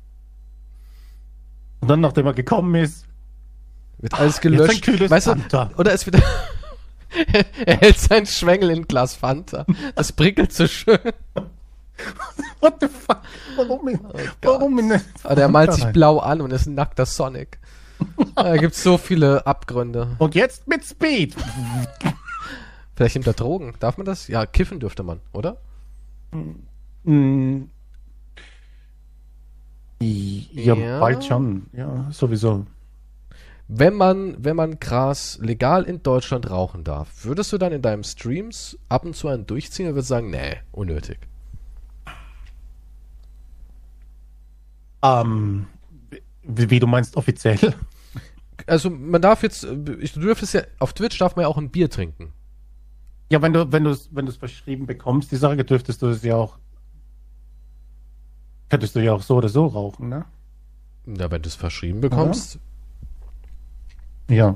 Und dann, nachdem er gekommen ist, Wird alles jetzt gelöscht. ein kühles Weißt du, Fanta. oder es wird... er hält seinen Schwengel in ein Glas Fanta. Das prickelt so schön. What the fuck? Warum in eine Aber der malt Fanta sich rein? blau an und ist ein nackter Sonic. Da gibt's so viele Abgründe. Und jetzt mit Speed. Vielleicht nimmt er Drogen. Darf man das? Ja, kiffen dürfte man, oder? Hm. Ja, bald schon. Ja, sowieso. Wenn man Gras legal in Deutschland rauchen darf, würdest du dann in deinen Streams ab und zu einen durchziehen oder würdest du sagen, nee, unnötig? Wie du meinst, offiziell? Also man darf jetzt, du dürftest ja, auf Twitch darf man ja auch ein Bier trinken. Ja, wenn du es verschrieben bekommst, die Sache, könntest du ja auch so oder so rauchen, ne? Ja, wenn du es verschrieben bekommst. Ja.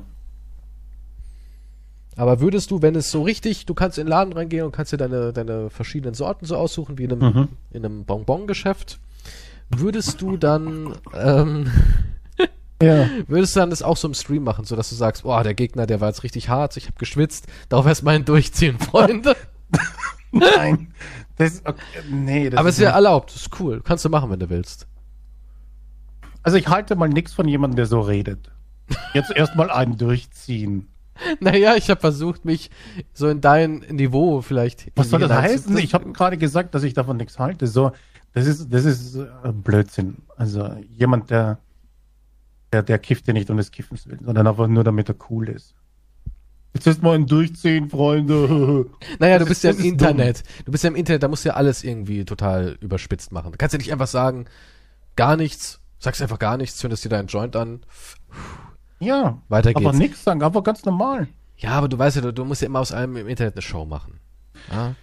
Aber würdest du, wenn es so richtig, du kannst in den Laden reingehen und kannst dir deine verschiedenen Sorten so aussuchen, wie in einem Bonbon-Geschäft, würdest du dann, würdest du dann das auch so im Stream machen, sodass du sagst, boah, der Gegner, der war jetzt richtig hart, ich habe geschwitzt, darauf erstmal einen durchziehen, Freunde. Nein. Aber es ist ja erlaubt, das ist cool, kannst du machen, wenn du willst. Also ich halte mal nichts von jemandem, der so redet. Jetzt erstmal einen durchziehen. Naja, ich habe versucht, mich so in dein Niveau vielleicht. Was soll das heißen? Ich habe gerade gesagt, dass ich davon nichts halte. So, das ist Blödsinn. Also jemand, der kifft ja nicht um des Kiffens willen, sondern einfach nur, damit er cool ist. Jetzt erstmal ein Durchziehen, Freunde. Naja, du bist ja im Internet. Du bist ja im Internet, da musst du ja alles irgendwie total überspitzt machen. Du kannst ja nicht einfach sagen, gar nichts, sagst einfach gar nichts, zündest dir deinen Joint an. Ja, weiter geht's. Aber nichts sagen, aber ganz normal. Ja, aber du weißt ja, du musst ja immer aus allem im Internet eine Show machen. Ja?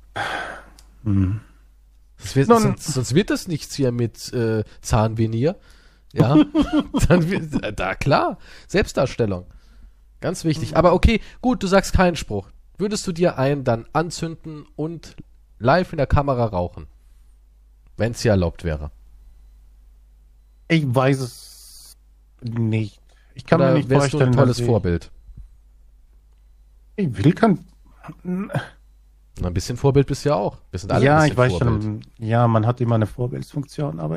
Sonst wird das nichts hier mit Zahnvenier. Ja, da klar, Selbstdarstellung. Ganz wichtig. Aber okay, gut, du sagst keinen Spruch. Würdest du dir einen dann anzünden und live in der Kamera rauchen? Wenn es hier erlaubt wäre. Ich weiß es nicht. Ich kann mir nicht wärst vorstellen, du ein tolles Vorbild. Ich will kein... Ein bisschen Vorbild bist du ja auch. Wir sind alle ja, ein ich weiß Vorbild. schon. Ja, man hat immer eine Vorbildsfunktion, aber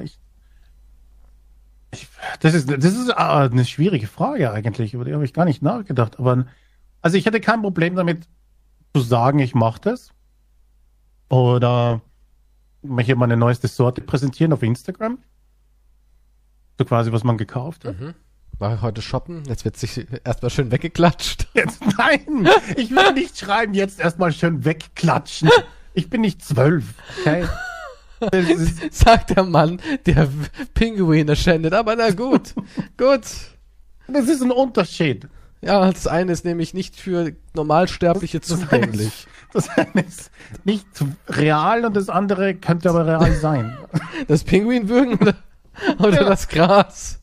das ist eine schwierige Frage eigentlich, über die habe ich gar nicht nachgedacht. Aber also ich hätte kein Problem damit zu sagen, ich mache das. Oder hier meine neueste Sorte präsentieren auf Instagram. So quasi, was man gekauft hat. War ich heute shoppen, jetzt wird sich erstmal schön weggeklatscht. Nein, ich will nicht schreiben, jetzt erstmal schön wegklatschen. Ich bin nicht 12, okay? Sagt der Mann, der Pinguine schändet, aber na gut, gut. Das ist ein Unterschied. Ja, das eine ist nämlich nicht für Normalsterbliche zugänglich. Das eine ist nicht real und das andere könnte aber real sein. Das Pinguinwürgen oder das Gras?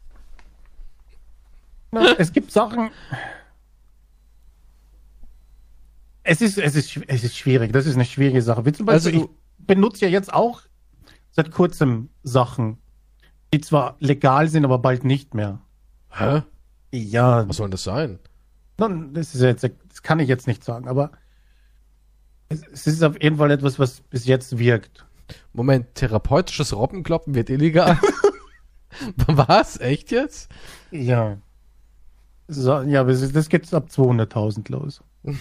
Es gibt Sachen. Es ist schwierig. Das ist eine schwierige Sache. Wie zum Beispiel, ich benutze ja jetzt auch seit kurzem Sachen, die zwar legal sind, aber bald nicht mehr. Hä? Ja. Was soll das sein? Das kann ich jetzt nicht sagen, aber es ist auf jeden Fall etwas, was bis jetzt wirkt. Moment, therapeutisches Robbenkloppen wird illegal? Was? Echt jetzt? Ja. So, ja, das geht's ab 200.000 los.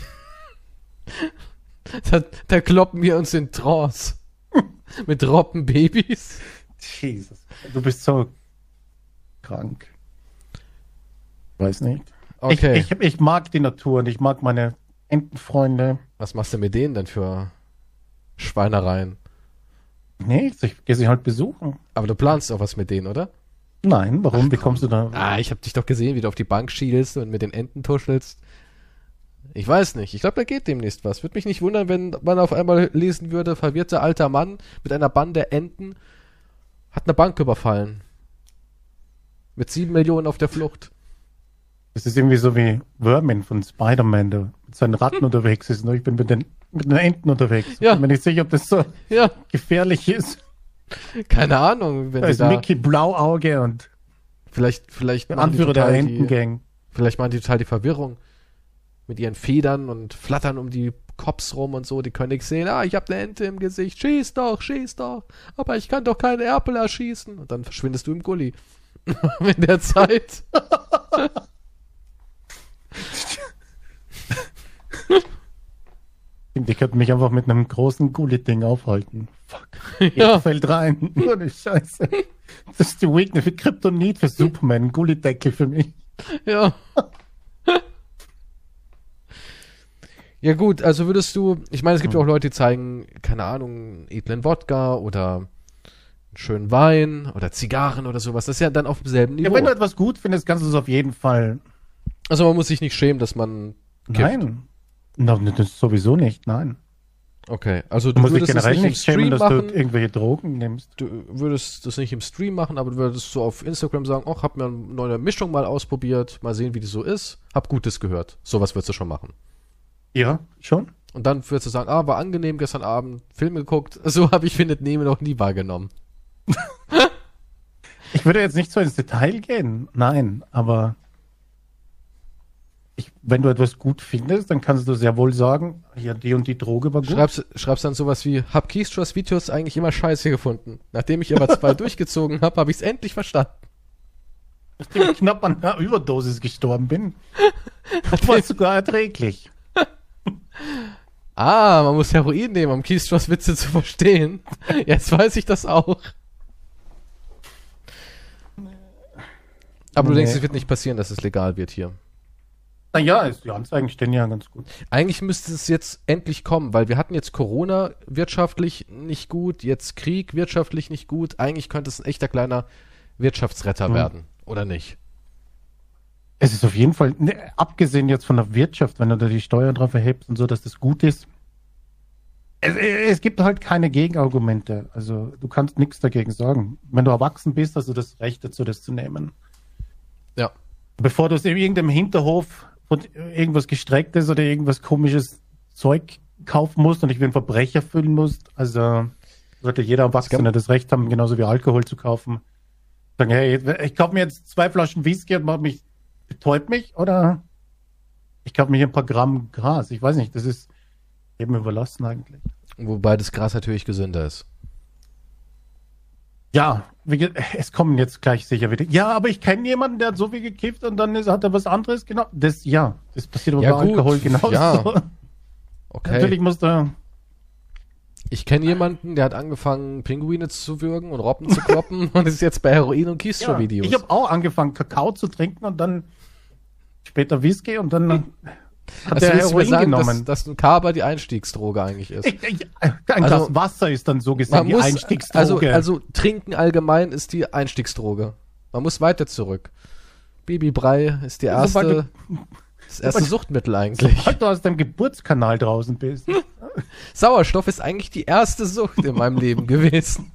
Da kloppen wir uns in Trance. Mit Robbenbabys. Jesus. Du bist so krank. Weiß nicht. Okay. Ich mag die Natur und ich mag meine Entenfreunde. Was machst du mit denen denn für Schweinereien? Nichts, ich gehe sie halt besuchen. Aber du planst auch was mit denen, oder? Nein, warum? Wie kommst du da? Ich habe dich doch gesehen, wie du auf die Bank schielst und mit den Enten tuschelst. Ich weiß nicht. Ich glaube, da geht demnächst was. Würde mich nicht wundern, wenn man auf einmal lesen würde, verwirrter alter Mann mit einer Bande Enten hat eine Bank überfallen. Mit 7 Millionen auf der Flucht. Das ist irgendwie so wie Vermin von Spider-Man, der mit seinen Ratten unterwegs ist. Ich bin mit den Enten unterwegs. Ja. Ich bin mir nicht sicher, ob das so gefährlich ist. Keine Ahnung. Wenn da ist Mickey Blauauge und vielleicht der Anführer der Entengang. Vielleicht machen die total die Verwirrung. Mit ihren Federn und flattern um die Cops rum und so. Die können nichts sehen. Ich habe eine Ente im Gesicht. Schieß doch, schieß doch. Aber ich kann doch keine Erpel erschießen. Und dann verschwindest du im Gully. In der Zeit. Die könnten mich einfach mit einem großen Gully-Ding aufhalten. Fuck. Jeder fällt rein. Nur eine Scheiße. Das ist die Weakness für Kryptonit für Superman. Ein Gullideckel für mich. Ja. Ja gut, also würdest du, ich meine, es gibt ja auch Leute, die zeigen, keine Ahnung, edlen Wodka oder einen schönen Wein oder Zigarren oder sowas. Das ist ja dann auf demselben Niveau. Ja, wenn du etwas gut findest, kannst du es auf jeden Fall. Also man muss sich nicht schämen, dass man kifft. Nein. No, das ist sowieso nicht, nein. Okay, also Du musst dich würdest es generell nicht im nicht schämen, Stream dass machen. du irgendwelche Drogen nimmst. Du würdest das nicht im Stream machen, aber du würdest so auf Instagram sagen, ach, hab mir eine neue Mischung mal ausprobiert, mal sehen, wie die so ist, hab Gutes gehört. Sowas würdest du schon machen. Ja, schon. Und dann würdest du sagen, war angenehm gestern Abend, Filme geguckt. So habe ich Findet Nemo noch nie wahrgenommen. Ich würde jetzt nicht so ins Detail gehen, nein, aber wenn du etwas gut findest, dann kannst du sehr wohl sagen, ja, die und die Droge war gut. Schreibst dann sowas wie, hab Keystras Videos eigentlich immer scheiße gefunden. Nachdem ich aber 2 durchgezogen habe, ich es endlich verstanden. Nachdem ich knapp an einer Überdosis gestorben bin, war es sogar erträglich. Man muss Heroin nehmen, um Keystras Witze zu verstehen. Jetzt weiß ich das auch. Aber du denkst, es wird nicht passieren, dass es legal wird hier. Naja, die Anzeigen stehen ja ganz gut. Eigentlich müsste es jetzt endlich kommen, weil wir hatten jetzt Corona wirtschaftlich nicht gut, jetzt Krieg wirtschaftlich nicht gut. Eigentlich könnte es ein echter kleiner Wirtschaftsretter werden, oder nicht? Es ist auf jeden Fall, abgesehen jetzt von der Wirtschaft, wenn du da die Steuern drauf erhebst und so, dass das gut ist. Es gibt halt keine Gegenargumente. Also du kannst nichts dagegen sagen. Wenn du erwachsen bist, hast du das Recht dazu, das zu nehmen. Ja. Bevor du es in irgendeinem Hinterhof von irgendwas Gestrecktes oder irgendwas komisches Zeug kaufen musst und dich wie ein Verbrecher fühlen musst. Also sollte jeder Erwachsene das Recht haben, genauso wie Alkohol zu kaufen. Sagen, hey, ich kaufe mir jetzt 2 Flaschen Whisky und betäubt mich oder ich kaufe mir ein paar Gramm Gras. Ich weiß nicht, das ist eben überlassen eigentlich. Wobei das Gras natürlich gesünder ist. Ja, es kommen jetzt gleich sicher wieder. Ja, aber ich kenne jemanden, der hat so viel gekifft und dann hat er was anderes genau. Das passiert aber bei Alkohol genauso. Ja. Okay. Natürlich muss da. Ich kenne jemanden, der hat angefangen, Pinguine zu würgen und Robben zu kloppen und ist jetzt bei Heroin- und Keystro-Videos. Ich habe auch angefangen, Kakao zu trinken und dann später Whisky und dann hat er Heroin genommen. Dass ein Kaba die Einstiegsdroge eigentlich ist. Ein Glas Wasser ist dann so gesehen die Einstiegsdroge. Also Trinken allgemein ist die Einstiegsdroge. Man muss weiter zurück. Babybrei ist das erste Suchtmittel eigentlich. Sobald du aus deinem Geburtskanal draußen bist. Sauerstoff ist eigentlich die erste Sucht in meinem Leben gewesen.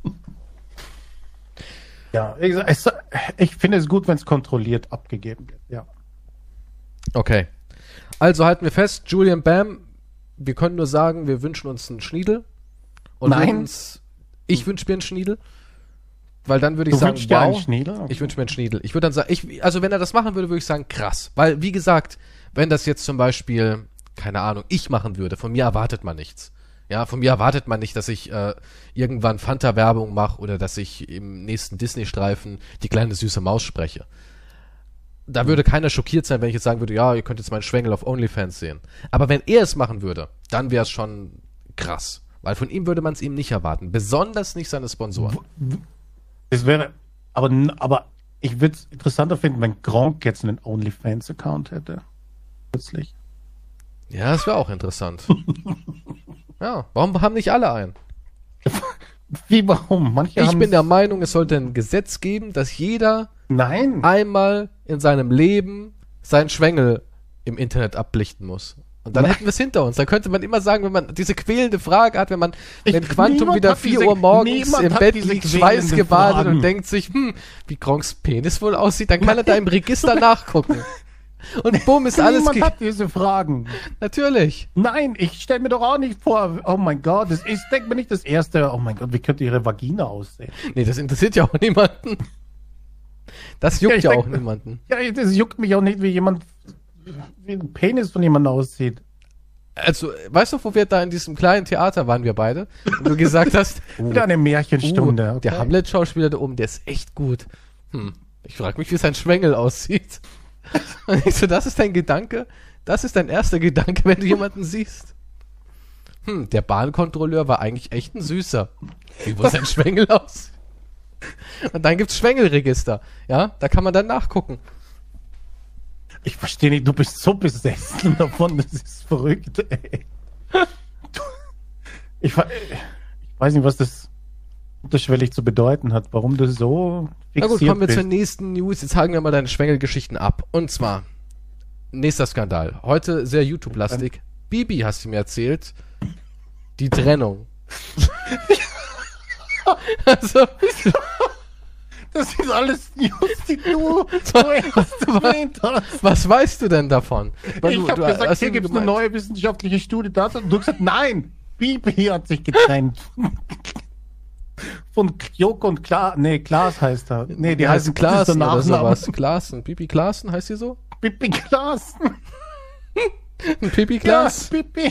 Ja, ich finde es gut, wenn es kontrolliert abgegeben wird. Ja. Okay. Also halten wir fest, Julian Bam, wir können nur sagen, wir wünschen uns einen Schniedel. Und Nein. Ich wünsche mir einen Schniedel. Weil dann würde ich Du sagen, wünschst dir einen Schniedel? Okay. Ich wünsche mir einen Schniedel. Ich würde dann sagen, also wenn er das machen würde, würde ich sagen, krass. Weil, wie gesagt, wenn das jetzt zum Beispiel, keine Ahnung, ich machen würde, von mir erwartet man nichts. Ja, von mir erwartet man nicht, dass ich irgendwann Fanta-Werbung mache oder dass ich im nächsten Disney-Streifen die kleine süße Maus spreche. Da würde keiner schockiert sein, wenn ich jetzt sagen würde, ja, ihr könnt jetzt meinen Schwengel auf OnlyFans sehen. Aber wenn er es machen würde, dann wäre es schon krass. Weil von ihm würde man es ihm nicht erwarten. Besonders nicht seine Sponsoren. Es wäre, aber ich würde es interessanter finden, wenn Gronk jetzt einen OnlyFans-Account hätte. Plötzlich. Ja, das wäre auch interessant. Ja, warum haben nicht alle einen? Wie, warum? Ich bin der Meinung, es sollte ein Gesetz geben, dass jeder einmal in seinem Leben seinen Schwengel im Internet ablichten muss. Und dann hätten wir es hinter uns. Da könnte man immer sagen, wenn man diese quälende Frage hat, wenn Quantum wieder 4 Uhr morgens im Bett liegt, schweißgebadet und denkt sich, wie Gronks Penis wohl aussieht, dann kann er da im Register nachgucken. Und bumm, ist alles... Niemand hat diese Fragen. Natürlich. Nein, ich stelle mir doch auch nicht vor, oh mein Gott, ich denke mir nicht das Erste, oh mein Gott, wie könnte ihre Vagina aussehen? Nee, das interessiert ja auch niemanden. Das juckt ja auch niemanden. Ja, das juckt mich auch nicht, wie ein Penis von jemandem aussieht. Also, weißt du, wo wir da in diesem kleinen Theater waren, wir beide? Und du gesagt hast, wieder eine Märchenstunde. Okay. Der Hamlet-Schauspieler da oben, der ist echt gut. Ich frage mich, wie sein Schwengel aussieht. Und ich so, das ist dein Gedanke? Das ist dein erster Gedanke, wenn du jemanden siehst? Der Bahnkontrolleur war eigentlich echt ein Süßer. Wie sah sein Schwengel aus? Und dann gibt's Schwengelregister. Ja, da kann man dann nachgucken. Ich verstehe nicht, du bist so besessen davon, das ist verrückt, ey. Ich weiß nicht, was das unterschwellig zu bedeuten hat, warum du so fixiert Na gut, kommen wir bist. zur nächsten News. Jetzt haken wir mal deine Schwengelgeschichten ab. Und zwar, nächster Skandal. Heute sehr YouTube-lastig. Bibi, hast du mir erzählt, die Trennung. Also, Das ist alles News, die du erst erwähnt hast. was weißt du denn davon? Weil Ich du- habe du gesagt, hast hier eben gibt es eine gemeint- neue wissenschaftliche Studie dazu. Und du hast gesagt, nein, Bibi hat sich getrennt. Von Joko und Klaas heißt er. Nee, die heißen Klaassen oder Nachname. sowas. Klaassen. Bibi Klaassen heißt sie so? Bibi Klaassen. Bibi Ja, Klaas? Bibi.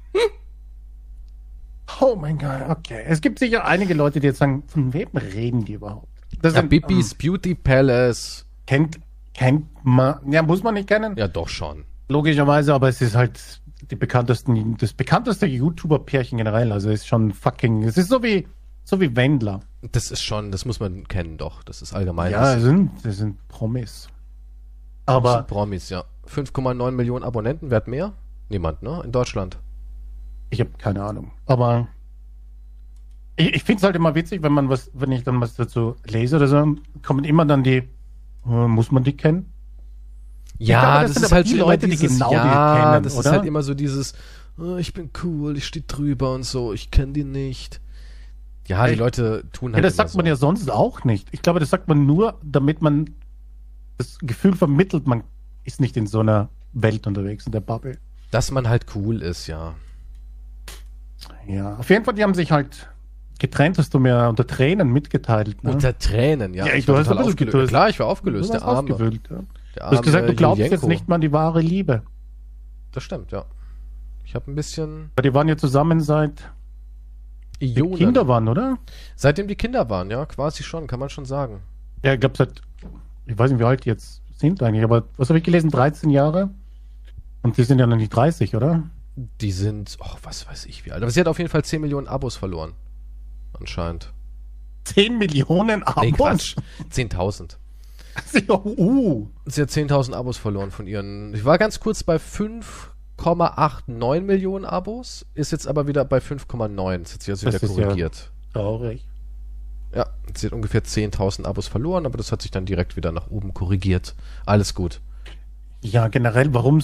Oh mein Gott, okay. Es gibt sicher einige Leute, die jetzt sagen, von wem reden die überhaupt? Das Ja, sind, Bibis Beauty Palace. kennt man, ja, muss man nicht kennen. Ja, doch schon. Logischerweise, aber es ist halt das bekannteste YouTuber-Pärchen generell. Also es ist schon fucking, es ist so wie Wendler. Das ist schon, das muss man kennen, doch. Das ist allgemein. Ja, das sie sind Promis. sind Aber Promis, ja. 5,9 Millionen Abonnenten, wer hat mehr? Niemand, ne? In Deutschland. ich habe keine Ahnung. Aber ich finde es halt immer witzig, wenn ich dann was dazu lese oder so, kommen immer dann muss man die kennen? Ja, glaube, das das sind ist aber halt die so immer Leute, die dieses, genau die ja, kennen, das oder? ist halt immer so dieses, oh, ich bin cool, ich stehe drüber und so, ich kenne die nicht. Ja, die Echt? Leute tun Ja, halt das immer sagt man so. ja sonst auch nicht. Ich glaube, das sagt man nur, damit man das Gefühl vermittelt, man ist nicht in so einer Welt unterwegs, in der Bubble. Dass man halt cool ist, ja. Ja, auf jeden Fall, die haben sich halt getrennt, hast du mir unter Tränen mitgeteilt. Ne? Unter Tränen, ja. Ja, Ich du war hast total ein bisschen aufgelöst. getöst. Klar, ich war aufgelöst, Du der warst Arme. aufgewühlt, ja. Der Du hast gesagt, du glaubst Julienko. jetzt nicht mal an die wahre Liebe. Das stimmt, ja. Ich habe ein bisschen Weil die waren ja zusammen seit die Ionen. Kinder waren, oder? Seitdem die Kinder waren, ja, quasi schon, kann man schon sagen. Ja, ich glaube ich weiß nicht, wie alt die jetzt sind eigentlich, aber was habe ich gelesen? 13 Jahre? Und die sind ja noch nicht 30, oder? Die sind, was weiß ich wie alt. Aber sie hat auf jeden Fall 10 Millionen Abos verloren. Anscheinend. 10 Millionen Abos? Nee, Quatsch. 10.000. Sie hat 10.000 Abos verloren von ihren. Ich war ganz kurz bei 5,89 Millionen Abos, ist jetzt aber wieder bei 5,9. Das hat sich also Das wieder ist ja- korrigiert. Traurig. Ja, sie hat ungefähr 10.000 Abos verloren, aber das hat sich dann direkt wieder nach oben korrigiert. Alles gut. Ja, generell, warum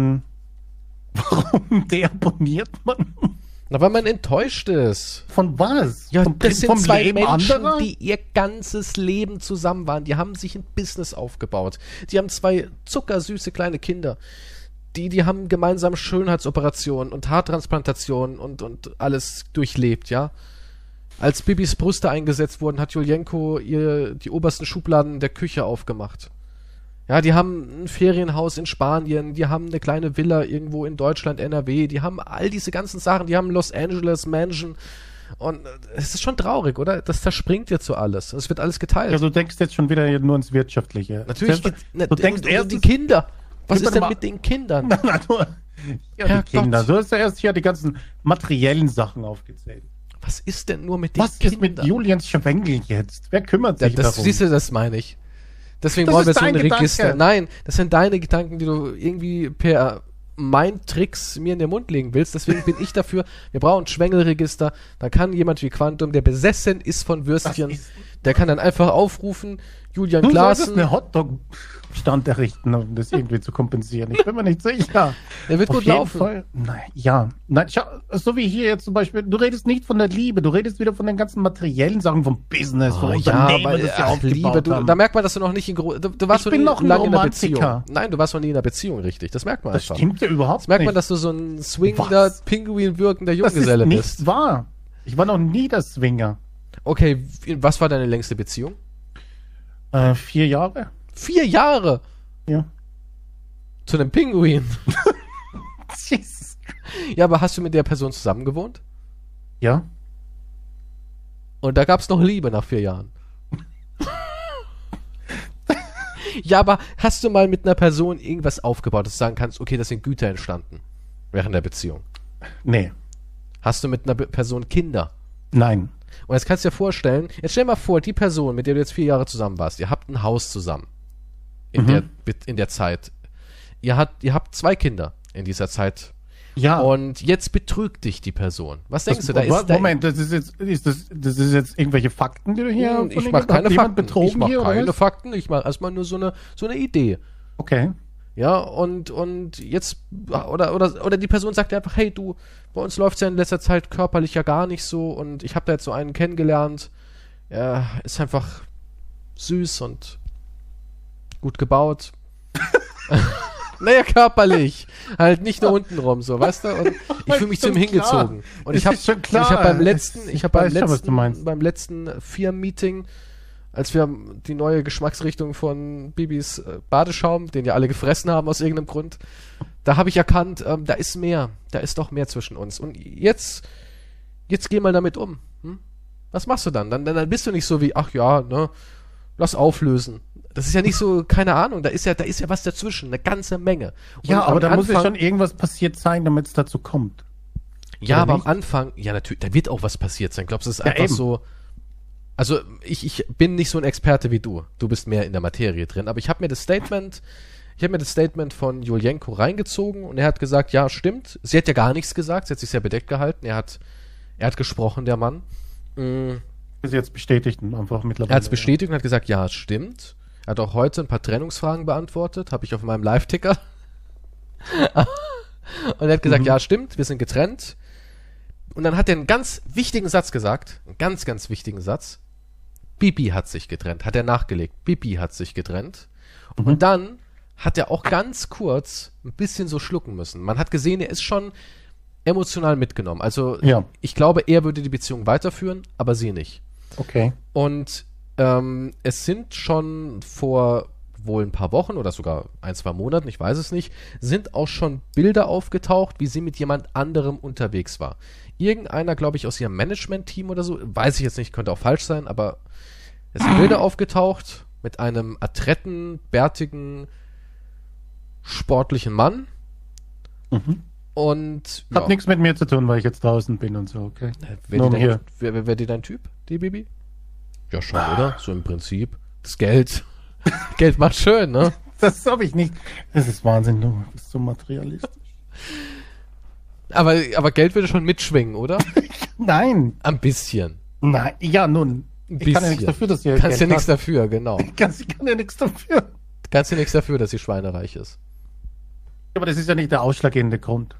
deabonniert man? Na, weil man enttäuscht ist. Von was? Ja, vom, das sind vom zwei Leben Menschen, anderer? die ihr ganzes Leben zusammen waren. Die haben sich ein Business aufgebaut. Die haben zwei zuckersüße kleine Kinder. Die haben gemeinsam Schönheitsoperationen und Haartransplantationen und alles durchlebt, ja. Als Bibis Brüste eingesetzt wurden, hat Julienko die obersten Schubladen der Küche aufgemacht. Ja, die haben ein Ferienhaus in Spanien, die haben eine kleine Villa irgendwo in Deutschland, NRW, die haben all diese ganzen Sachen, die haben Los Angeles Mansion und es ist schon traurig, oder? Das zerspringt jetzt so alles. Es wird alles geteilt. Ja, du denkst jetzt schon wieder nur ins Wirtschaftliche. Natürlich, Du denkst die erstens, Kinder. Was Ja, ist denn warte mit den Kindern? ja, die Herrgott. Kinder. Du hast ja erst hier die ganzen materiellen Sachen aufgezählt. Was ist denn nur mit den Was Kindern? ist mit Julians Schwengel jetzt? Wer kümmert Ja, sich das, darum? siehst du, das meine ich. Deswegen Das wollen wir ist so ein dein Register. Gedanke. Nein, das sind deine Gedanken, die du irgendwie per Mindtricks mir in den Mund legen willst. Deswegen bin ich dafür, wir brauchen ein Schwengelregister. Da kann jemand wie Quantum, der besessen ist von Würstchen, der kann dann einfach aufrufen, Julian Du solltest Klaassen, eine Hotdog-Stand errichten, um das irgendwie zu kompensieren. Ich bin mir nicht sicher. der wird Auf gut jeden laufen. Fall. Nein, ja. Nein, schau, so wie hier jetzt zum Beispiel, du redest nicht von der Liebe, du redest wieder von den ganzen materiellen Sachen, vom Business, vom Oh, ja, Unternehmen, aber das sie ach, aufgebaut Liebe, haben. da merkt man, dass du noch nicht du warst Ich noch bin nie noch ein lange in einer Romantiker. Beziehung. Nein, du warst noch nie in einer Beziehung, richtig. Das merkt man Das einfach. stimmt ja überhaupt Das merkt man, nicht. dass du so ein swingender, Was? Pinguin wirkender Das ist Junggeselle nicht bist. wahr. Ich war noch nie der Swinger. Okay, was war deine längste Beziehung? 4 Jahre? 4 Jahre Ja. zu einem Pinguin. Jesus. Ja, aber hast du mit der Person zusammen gewohnt? Ja. Und da gab's noch Liebe nach 4 Jahren. Ja, aber hast du mal mit einer Person irgendwas aufgebaut, dass du sagen kannst, okay, das sind Güter entstanden während der Beziehung? Nee. Hast du mit einer Person Kinder? Nein. Und jetzt kannst du dir vorstellen, jetzt stell dir mal vor, die Person, mit der du jetzt 4 Jahre zusammen warst, ihr habt ein Haus zusammen. In der Zeit. Ihr habt 2 Kinder in dieser Zeit. Ja. Und jetzt betrügt dich die Person. Was denkst du? Moment, das ist jetzt irgendwelche Fakten, die du hier ich mache keine Fakten. Ich mache keine was? Fakten. Ich mache erstmal nur so eine Idee. Okay. Ja, und jetzt, oder die Person sagt dir einfach, hey du, bei uns läuft es ja in letzter Zeit körperlich ja gar nicht so und ich habe da jetzt so einen kennengelernt, er ist einfach süß und gut gebaut. Naja, körperlich. Halt nicht nur untenrum, so, weißt du? Und ich fühle mich zu ihm hingezogen. Und ich habe beim letzten Firmenmeeting, als wir die neue Geschmacksrichtung von Bibis Badeschaum, den ja alle gefressen haben aus irgendeinem Grund, da habe ich erkannt, da ist mehr. Da ist doch mehr zwischen uns. Und jetzt geh mal damit um. Hm? Was machst du dann? Dann bist du nicht so wie, ach ja, ne, lass auflösen. Das ist ja nicht so, keine Ahnung, da ist ja was dazwischen, eine ganze Menge. Und ja, aber da muss ja schon irgendwas passiert sein, damit es dazu kommt. Ja, aber am Anfang, ja natürlich, da wird auch was passiert sein. Glaubst du, es ist einfach so. Also ich bin nicht so ein Experte wie du. Du bist mehr in der Materie drin. Aber ich habe mir das Statement von Julienko reingezogen und er hat gesagt, ja, stimmt. Sie hat ja gar nichts gesagt, sie hat sich sehr bedeckt gehalten. Er hat gesprochen, der Mann. Ist jetzt bestätigt einfach mittlerweile. Er hat es bestätigt und hat gesagt, ja, es stimmt. Er hat auch heute ein paar Trennungsfragen beantwortet, habe ich auf meinem Live-Ticker. Und er hat gesagt, ja, stimmt, wir sind getrennt. Und dann hat er einen ganz wichtigen Satz gesagt, einen ganz, ganz wichtigen Satz. Bibi hat sich getrennt, hat er nachgelegt. Bibi hat sich getrennt. Und dann hat er auch ganz kurz ein bisschen so schlucken müssen. Man hat gesehen, er ist schon emotional mitgenommen. Also ich glaube, er würde die Beziehung weiterführen, aber sie nicht. Okay. Und es sind schon vor wohl ein paar Wochen oder sogar 1-2 Monaten, ich weiß es nicht, sind auch schon Bilder aufgetaucht, wie sie mit jemand anderem unterwegs war. Irgendeiner, glaube ich, aus ihrem Management-Team oder so, weiß ich jetzt nicht, könnte auch falsch sein, aber es sind Bilder aufgetaucht mit einem adretten, bärtigen, sportlichen Mann. Und hat nichts mit mir zu tun, weil ich jetzt draußen bin und so, okay. Wäre die dein Typ, die Bibi? Ja, schon, oder? So im Prinzip. Das Geld. Geld macht schön, ne? Das habe ich nicht. Das ist Wahnsinn, du bist so materialistisch. Aber Geld würde schon mitschwingen, oder? Nein. Ein bisschen. Nein, ja, nun. Ich kann ja nichts dafür, dass ihr Kannst ja nichts dafür, genau. Ich kann ja nichts dafür. Kannst ja nichts dafür, dass sie schweinereich ist. Aber das ist ja nicht der ausschlaggebende Grund.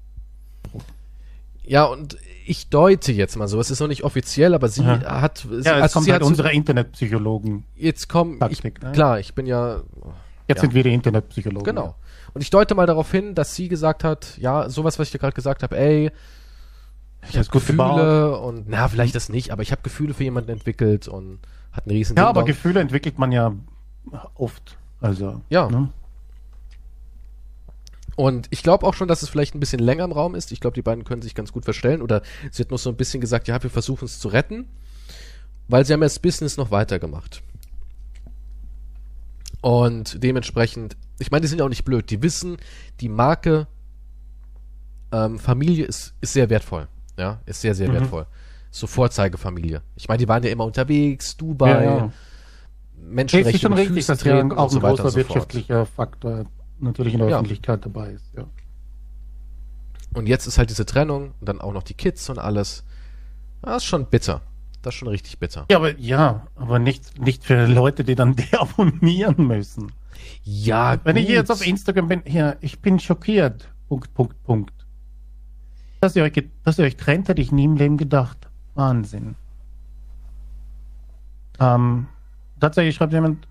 Ja, und ich deute jetzt mal so, es ist noch nicht offiziell, aber sie hat... Jetzt kommt halt unsere Internetpsychologen. Jetzt kommen... Klar, ich bin ja... Jetzt sind wir die Internetpsychologen. Genau. Und ich deute mal darauf hin, dass sie gesagt hat, ja, sowas, was ich dir gerade gesagt habe, ey, ich habe Gefühle und, na, vielleicht das nicht, aber ich habe Gefühle für jemanden entwickelt und hat einen riesen... Ja, aber Gefühle entwickelt man ja oft. Also, ja. Ne? Und ich glaube auch schon, dass es vielleicht ein bisschen länger im Raum ist. Ich glaube, die beiden können sich ganz gut verstellen. Oder sie hat noch so ein bisschen gesagt, ja, wir versuchen es zu retten. Weil sie haben ja das Business noch weitergemacht. Und dementsprechend, ich meine, die sind ja auch nicht blöd. Die wissen, die Marke Familie ist sehr wertvoll. Ja, ist sehr, sehr wertvoll. So Vorzeigefamilie. Ich meine, die waren ja immer unterwegs, Dubai, Menschenrechte ist schon mit richtig, Füßen dass ja treten auch und so ein weiter großer und so wirtschaftlicher Faktor natürlich in der Öffentlichkeit dabei ist. Ja. Und jetzt ist halt diese Trennung und dann auch noch die Kids und alles. Das ist schon bitter. Das ist schon richtig bitter. Ja, aber nicht für Leute, die dann deabonnieren müssen. Ja, wenn ich hier jetzt auf Instagram bin, ich bin schockiert. Punkt. Dass ihr euch trennt, hätte ich nie im Leben gedacht. Wahnsinn. Tatsächlich schreibt jemand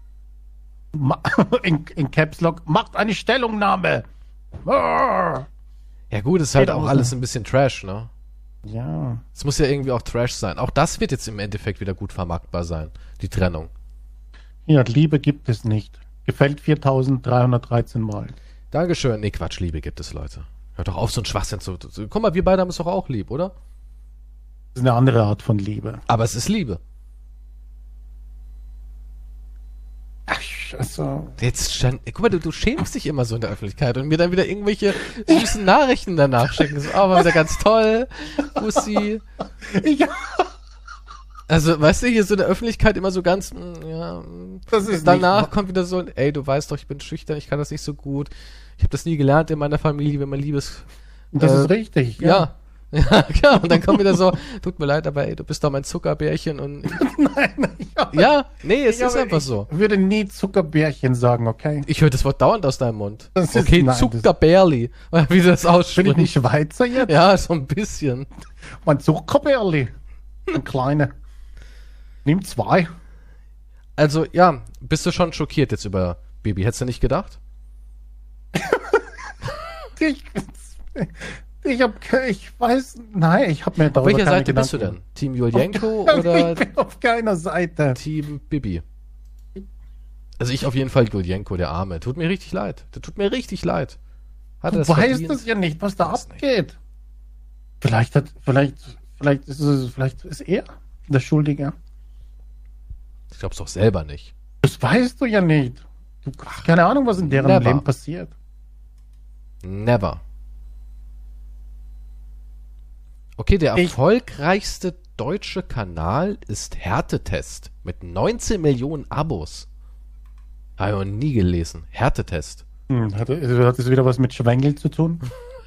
in Caps Lock, macht eine Stellungnahme. Ja gut, ist halt auch alles ein bisschen Trash, ne? Ja. Es muss ja irgendwie auch Trash sein. Auch das wird jetzt im Endeffekt wieder gut vermarktbar sein, die Trennung. Ja, Liebe gibt es nicht. Gefällt 4313 Mal. Dankeschön. Nee, Quatsch, Liebe gibt es, Leute. Hört doch auf, so ein Schwachsinn zu... Guck mal, wir beide haben es doch auch lieb, oder? Das ist eine andere Art von Liebe. Aber es ist Liebe. Ach, Also, Guck mal, du schämst dich immer so in der Öffentlichkeit und mir dann wieder irgendwelche süßen Nachrichten danach schicken. So, war wieder ganz toll, Bussi. ja, Also, weißt du, hier so in der Öffentlichkeit immer so ganz, das ist danach nicht, kommt wieder so, ey, du weißt doch, ich bin schüchtern, ich kann das nicht so gut. Ich habe das nie gelernt in meiner Familie, wenn man Liebes... das ist richtig. Ja. Ja, klar. Und dann kommt wieder so, tut mir leid, aber ey, du bist doch mein Zuckerbärchen und... Nein, Ja, nee, es ist einfach so. Ich würde nie Zuckerbärchen sagen, okay? Ich höre das Wort dauernd aus deinem Mund. Das ist- Okay, nein, Zuckerbärli. Wie du das Bin ich aussprichst. nicht Schweizer jetzt? Ja, so ein bisschen. Mein Zuckerbärli. Ein kleiner. Nimm 2. Also, ja, bist du schon schockiert jetzt über Bibi? Hättest du nicht gedacht? Ich weiß, nein, ich habe mir Auf darüber welcher keine Seite bist du Gedanken denn? Team Julienko gemacht. oder Ich bin auf keiner Seite. Team Bibi? Also ich auf jeden Fall Julienko, der Arme. Tut mir richtig leid. Der tut mir richtig leid. Hat er Du das weißt verdient? es ja nicht, was da Weiß nicht. abgeht. Vielleicht ist er der Schuldige. Ich glaub's doch selber nicht. Das weißt du ja nicht. Du hast keine Ahnung, was in deren Never. Leben passiert. Never. Okay, der Ich- erfolgreichste deutsche Kanal ist Härtetest mit 19 Millionen Abos. Habe ich noch nie gelesen. Härtetest. Hat das wieder was mit Schwengel zu tun?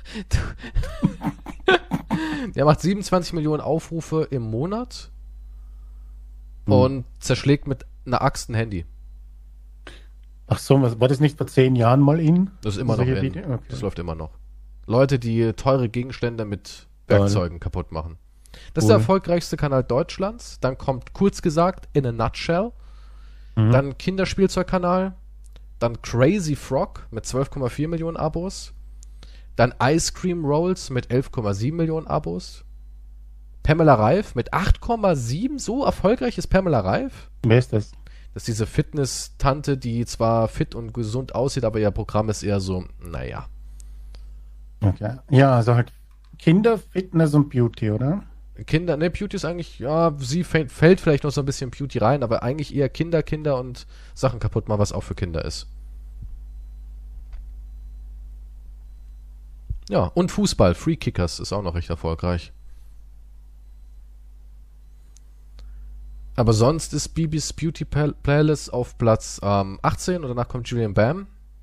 Der macht 27 Millionen Aufrufe im Monat und zerschlägt mit einer Axt ein Handy. Ach so, war das nicht vor 10 Jahren mal in? Das ist immer noch Solche in. Video? Okay. Das läuft immer noch. Leute, die teure Gegenstände mit Werkzeugen kaputt machen. Das ist Cool. der erfolgreichste Kanal Deutschlands. Dann kommt kurz gesagt In a Nutshell. Mhm. Dann Kinderspielzeugkanal. Dann Crazy Frog mit 12,4 Millionen Abos. Dann Ice Cream Rolls mit 11,7 Millionen Abos. Pamela Reif mit 8,7. So erfolgreich ist Pamela Reif. Wer ist das? Das ist diese Fitness-Tante, die zwar fit und gesund aussieht, aber ihr Programm ist eher so, naja. Okay. Ja, also halt Kinder, Fitness und Beauty, oder? Beauty ist eigentlich, ja, sie fällt vielleicht noch so ein bisschen Beauty rein, aber eigentlich eher Kinder und Sachen kaputt machen, was auch für Kinder ist. Ja, und Fußball, Free Kickers ist auch noch recht erfolgreich. Aber sonst ist Bibis Beauty Playlist auf Platz 18 und danach kommt Julian Bam.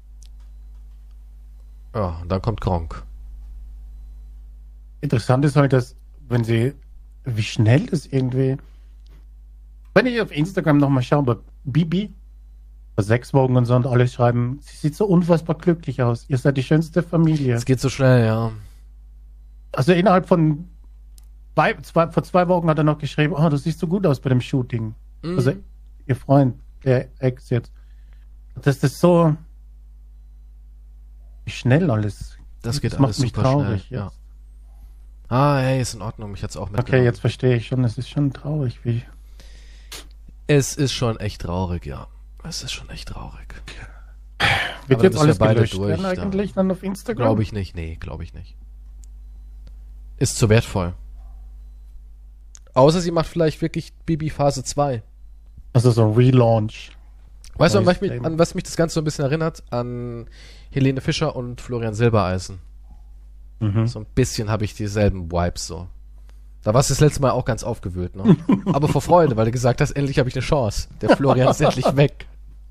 Ja, und dann kommt Gronk. Interessant ist halt, dass, wie schnell das irgendwie, wenn ich auf Instagram nochmal schaue, bei Bibi, vor 6 Wochen und so, und alle schreiben, sie sieht so unfassbar glücklich aus. Ihr seid die schönste Familie. Es geht so schnell, ja. Also innerhalb von vor 2 Wochen hat er noch geschrieben, oh, du siehst so gut aus bei dem Shooting. Mhm. Also ihr Freund, der Ex jetzt. Das ist so wie schnell alles. Das geht macht alles mich super traurig schnell. Ja. jetzt. Hey, ist in Ordnung, mich hat's auch mitgenommen. Okay, jetzt verstehe ich schon, es ist schon traurig, wie. Es ist schon echt traurig, ja. Es ist schon echt traurig. Wird Aber jetzt dann alles ist ja beide gelöscht durch, werden da. eigentlich dann auf Instagram? Glaube ich nicht, nee, glaube ich nicht. Ist zu wertvoll. Außer sie macht vielleicht wirklich Bibi Phase 2. Also so ein Relaunch. Weißt du, Neues an was mich das Ganze so ein bisschen erinnert? An Helene Fischer und Florian Silbereisen. Mhm. So ein bisschen habe ich dieselben Vibes so. Da warst du das letzte Mal auch ganz aufgewühlt, ne? Aber vor Freude, weil du gesagt hast, endlich habe ich eine Chance. Der Florian ist endlich weg.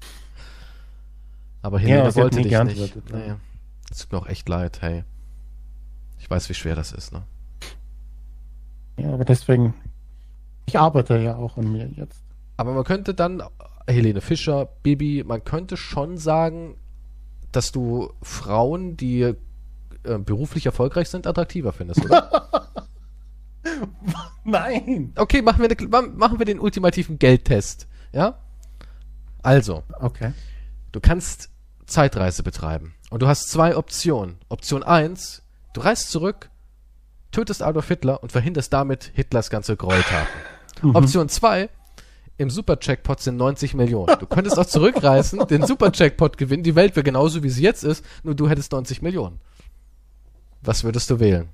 Aber Helene Ja, sie hat wollte nie dich nicht. geantwortet, ne? Nee. Es tut mir auch echt leid, hey. Ich weiß, wie schwer das ist, ne? Ja, aber deswegen, ich arbeite ja auch an mir jetzt. Aber man könnte dann, Helene Fischer, Bibi, man könnte schon sagen, dass du Frauen, die beruflich erfolgreich sind, attraktiver findest, oder? Nein! Okay, machen wir den ultimativen Geldtest, ja? Also, Okay. du kannst Zeitreise betreiben und du hast 2 Optionen. Option 1, du reist zurück, tötest Adolf Hitler und verhinderst damit Hitlers ganze Gräueltaten. Option 2, im Super-Jackpot sind 90 Millionen. Du könntest auch zurückreisen, den Super-Jackpot gewinnen, die Welt wäre genauso, wie sie jetzt ist, nur du hättest 90 Millionen. Was würdest du wählen?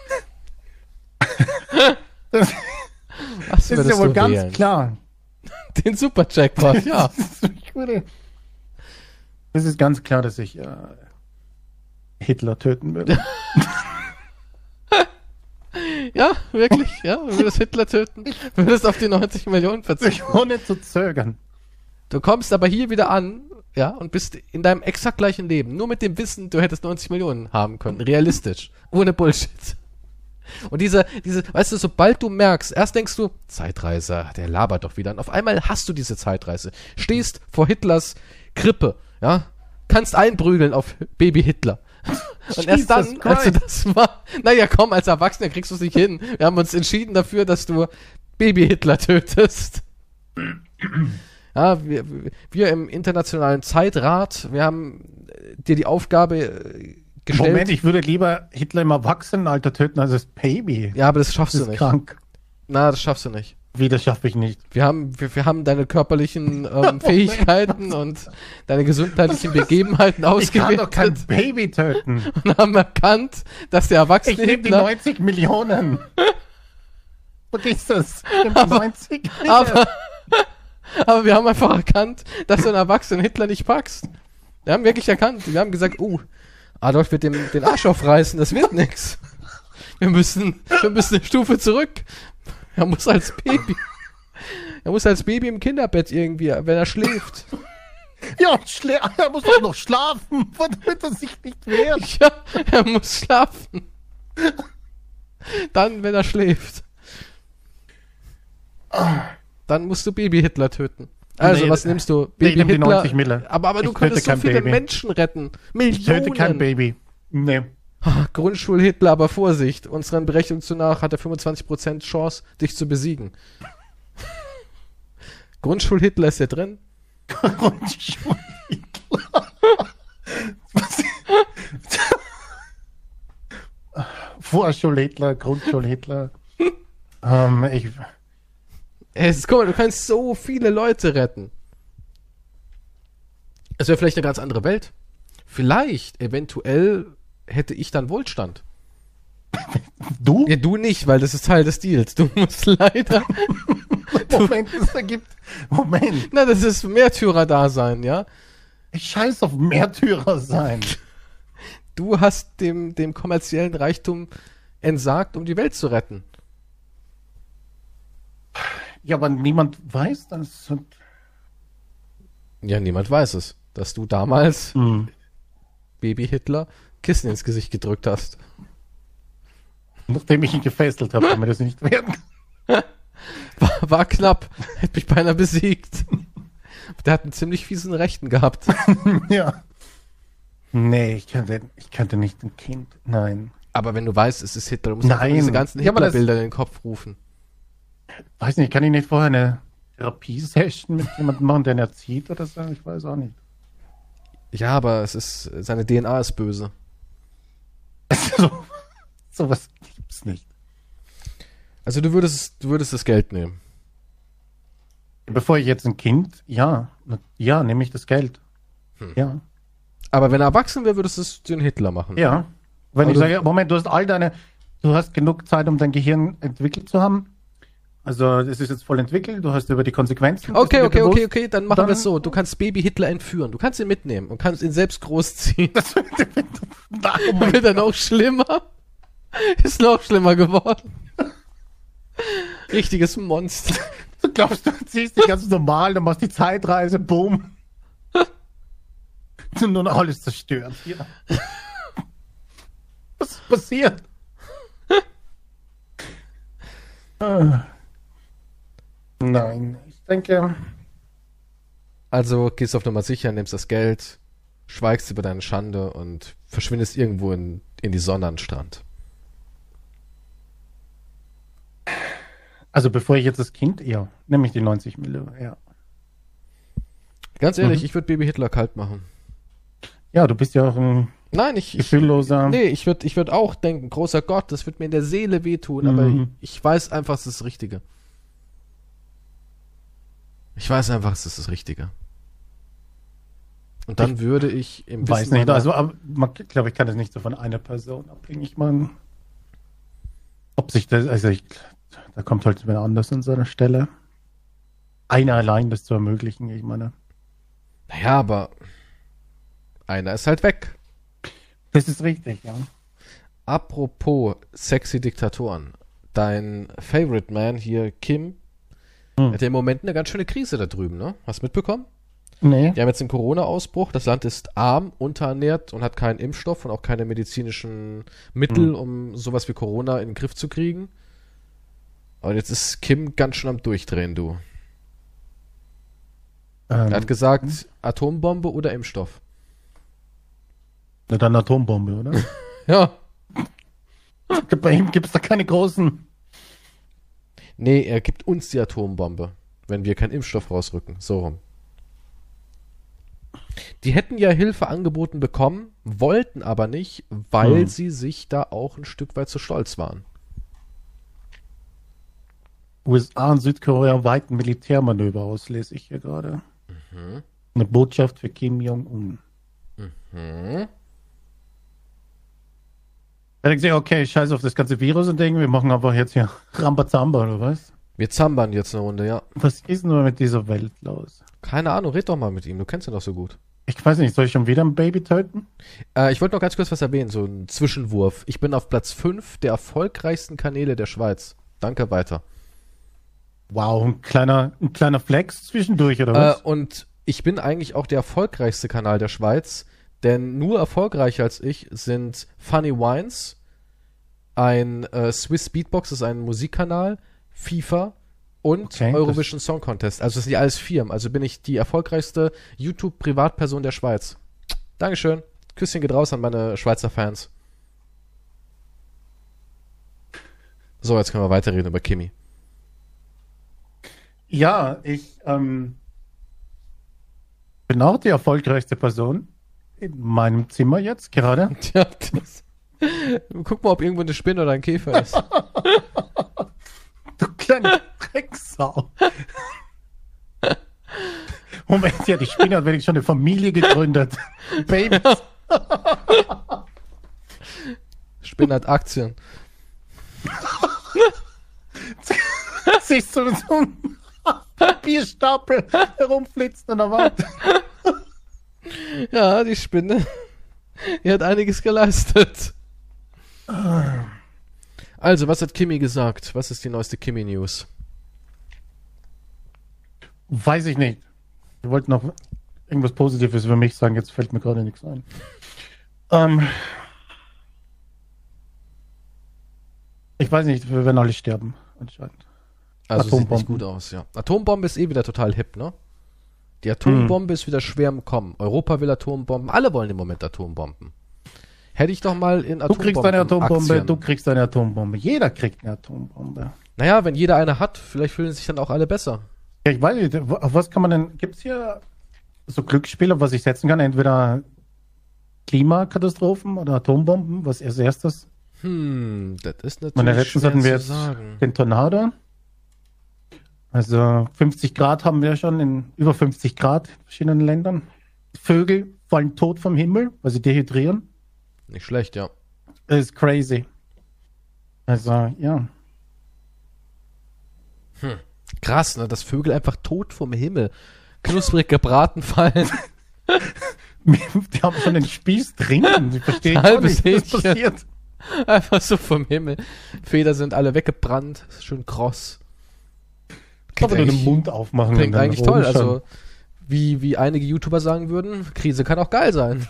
Das Was ist würdest ja wohl du ganz wählen? klar. Den Super-Jackpot, ja. Das ist ganz klar, dass ich Hitler töten würde. Ja, wirklich, ja. Du würdest Hitler töten. Du würdest auf die 90 Millionen verzichten. Ohne zu zögern. Du kommst aber hier wieder an, ja, und bist in deinem exakt gleichen Leben. Nur mit dem Wissen, du hättest 90 Millionen haben können. Realistisch. Ohne Bullshit. Und diese, weißt du, sobald du merkst, erst denkst du, Zeitreise, der labert doch wieder. Und auf einmal hast du diese Zeitreise. Stehst vor Hitlers Krippe, ja, kannst einprügeln auf Baby Hitler. Und erst dann, als du das mal, naja, komm, als Erwachsener kriegst du es nicht hin. Wir haben uns entschieden dafür, dass du Baby Hitler tötest. Ja, wir im internationalen Zeitrat, wir haben dir die Aufgabe gestellt. Moment, ich würde lieber Hitler im Erwachsenenalter töten als das Baby. Ja, aber das schaffst du nicht. Krank. Na, das schaffst du nicht. Wie, das schaffe ich nicht. Wir haben deine körperlichen Fähigkeiten und deine gesundheitlichen Begebenheiten Ich kann doch kein ausgewertet Baby töten. und haben erkannt, dass der Erwachsene Ich nehme die Hitler 90 Millionen. Vergiss das. Ich nehme die 90 aber wir haben einfach erkannt, dass du einen erwachsenen Hitler nicht packst. Wir haben wirklich erkannt. Wir haben gesagt, Adolf wird dem den Arsch aufreißen, das wird nix. Wir müssen eine Stufe zurück. Er muss als Baby im Kinderbett irgendwie, wenn er schläft. Ja, er muss doch noch schlafen, damit er sich nicht wehrt. Ja, er muss schlafen. Dann, wenn er schläft. Dann musst du Baby Hitler töten. Also, Nee, was nimmst du? ich nehm die Hitler. 90 Mille. Aber du Ich könntest töte so kein viele Baby. Menschen retten. Millionen. Ich töte kein Baby. Nee. Grundschul-Hitler, aber Vorsicht. Unseren Berechnungen zunach hat er 25% Chance, dich zu besiegen. Grundschul-Hitler ist ja drin. Vorschul-Hitler, Grundschul-Hitler. Guck mal, du kannst so viele Leute retten. Es wäre vielleicht eine ganz andere Welt. Vielleicht, eventuell, hätte ich dann Wohlstand. Du? Ja, du nicht, weil das ist Teil des Deals. Du musst leider... Moment, das ergibt... Moment. Na, das ist Märtyrer-Dasein, ja? Ich scheiß auf Märtyrer sein. Du hast dem kommerziellen Reichtum entsagt, um die Welt zu retten. Ja, aber niemand weiß das. Ja, niemand weiß es, dass du damals Baby Hitler Kissen ins Gesicht gedrückt hast. Nachdem ich ihn gefesselt habe, damit er es nicht werden kann. War knapp. Hätte mich beinahe besiegt. Der hat einen ziemlich fiesen Rechten gehabt. Ja. Nee, ich könnte nicht ein Kind. Nein. Aber wenn du weißt, es ist Hitler, du musst Nein. einfach diese ganzen Ja, aber das- Hitlerbilder in den Kopf rufen. Weiß nicht, kann ich nicht vorher eine Therapiesession mit jemandem machen, der ihn erzieht oder so? Ich weiß auch nicht. Ja, aber seine DNA ist böse. Sowas gibt's nicht. Also du würdest das Geld nehmen. Bevor ich jetzt ein Kind, ja, nehme ich das Geld. Ja. Aber wenn er erwachsen wäre, würdest du es den Hitler machen. Ja. Wenn Aber ich sage, Moment, du hast genug Zeit, um dein Gehirn entwickelt zu haben. Also, es ist jetzt voll entwickelt, du hast über die Konsequenzen. Okay, bist du dir bewusst. okay, dann machen wir es so. Du kannst Baby Hitler entführen. Du kannst ihn mitnehmen und kannst ihn selbst großziehen. Oh Wird er noch schlimmer? Ist noch schlimmer geworden. Richtiges Monster. Du glaubst, du ziehst dich ganz normal, dann machst die Zeitreise, boom. Und nun alles zerstört. Ja. Was ist passiert? Nein, ich denke... Also gehst auf Nummer sicher, nimmst das Geld, schweigst über deine Schande und verschwindest irgendwo in die Sonne an den Strand. Also bevor ich jetzt das Kind, ja, nehme ich die 90 Millionen, ja. Ganz ehrlich, ich würde Baby Hitler kalt machen. Ja, du bist ja auch ein Nein, gefühlloser... ich würd auch denken, großer Gott, das wird mir in der Seele wehtun, aber ich weiß einfach, es ist das Richtige. Ich weiß einfach, es ist das Richtige. Und dann würde ich im Weiß Wissen nicht, meiner- also man, glaube ich, kann das nicht so von einer Person abhängig machen. Ob sich das, also da kommt halt wer anders an seiner Stelle. einer allein das zu ermöglichen, ich meine. Naja, aber einer ist halt weg. Das ist richtig, ja. Apropos sexy Diktatoren. Dein Favorite Man hier, Kim, hat ja im Moment eine ganz schöne Krise da drüben, ne? Hast du mitbekommen? Nee. Die haben jetzt einen Corona-Ausbruch. Das Land ist arm, unterernährt und hat keinen Impfstoff und auch keine medizinischen Mittel, um sowas wie Corona in den Griff zu kriegen. Und jetzt ist Kim ganz schön am Durchdrehen, du. Er hat gesagt, Atombombe oder Impfstoff. Na dann Atombombe, oder? Ja. Bei ihm gibt es da keine großen. Nee, er gibt uns die Atombombe, wenn wir keinen Impfstoff rausrücken. So rum. Die hätten ja Hilfe angeboten bekommen, wollten aber nicht, weil sie sich da auch ein Stück weit zu stolz waren. USA und Südkorea weiten Militärmanöver aus, lese ich hier gerade. Eine Botschaft für Kim Jong-un. Er hat gesagt, okay, scheiß auf das ganze Virus und Ding, wir machen einfach jetzt hier Rambazamba, oder was? Wir zambern jetzt eine Runde, ja. Was ist nur mit dieser Welt los? Keine Ahnung, red doch mal mit ihm, du kennst ihn doch so gut. Ich weiß nicht, soll ich schon wieder ein Baby töten? Ich wollte noch ganz kurz was erwähnen, so ein Zwischenwurf. Ich bin auf Platz 5 der erfolgreichsten Kanäle der Schweiz. Danke, weiter. Wow, ein kleiner Flex zwischendurch, oder was? Und ich bin eigentlich auch der erfolgreichste Kanal der Schweiz, denn nur erfolgreicher als ich sind Funny Wines, ein Swiss Beatbox, das ist ein Musikkanal, FIFA und Okay, Eurovision Song Contest. Also das sind ja alles Firmen. Also bin ich die erfolgreichste YouTube-Privatperson der Schweiz. Dankeschön. Küsschen geht raus an meine Schweizer Fans. So, jetzt können wir weiterreden über Kimi. Ja, ich bin auch die erfolgreichste Person in meinem Zimmer jetzt gerade. Tja, guck mal, ob irgendwo eine Spinne oder ein Käfer ist. Du kleine Drecksau. Moment, ja, die Spinne hat wenigstens schon eine Familie gegründet. Babys. Spinne hat Aktien. Siehst du so einen Papierstapel herumflitzen an der Wand? Ja, die Spinne. Die hat einiges geleistet. Also, was hat Kimi gesagt? Was ist die neueste Kimi-News? Weiß ich nicht. Ich wollte noch irgendwas Positives über mich sagen, jetzt fällt mir gerade nichts ein. Ich weiß nicht, wir werden alle sterben, anscheinend. Also sieht nicht gut aus, ja. Atombombe ist eh wieder total hip, ne? Die Atombombe ist wieder schwer im Kommen. Europa will Atombomben. Alle wollen im Moment Atombomben. Hätte ich doch mal in Du kriegst eine Atombombe, Aktien. du kriegst eine Atombombe. Jeder kriegt eine Atombombe. Naja, wenn jeder eine hat, vielleicht fühlen sich dann auch alle besser. Ja, ich weiß nicht, auf was kann man denn, gibt es hier so Glücksspiele, auf was ich setzen kann? Entweder Klimakatastrophen oder Atombomben, was als erstes? Das ist natürlich Meine letztens hatten wir schwer zu jetzt sagen. den Tornado. Also 50 Grad haben wir schon in über 50 Grad in verschiedenen Ländern. Vögel fallen tot vom Himmel, weil sie dehydrieren. Nicht schlecht, ja. Das ist crazy. Also, ja. Krass, ne? Dass Vögel einfach tot vom Himmel knusprig gebraten fallen. Die haben schon den Spieß drin. Ich verstehe gar Halbes nicht, was Hähnchen. passiert. Einfach so vom Himmel. Feder sind alle weggebrannt. Schön kross. Aber nur den Mund aufmachen. Klingt und dann eigentlich toll. rumschauen. Also, wie einige YouTuber sagen würden, Krise kann auch geil sein.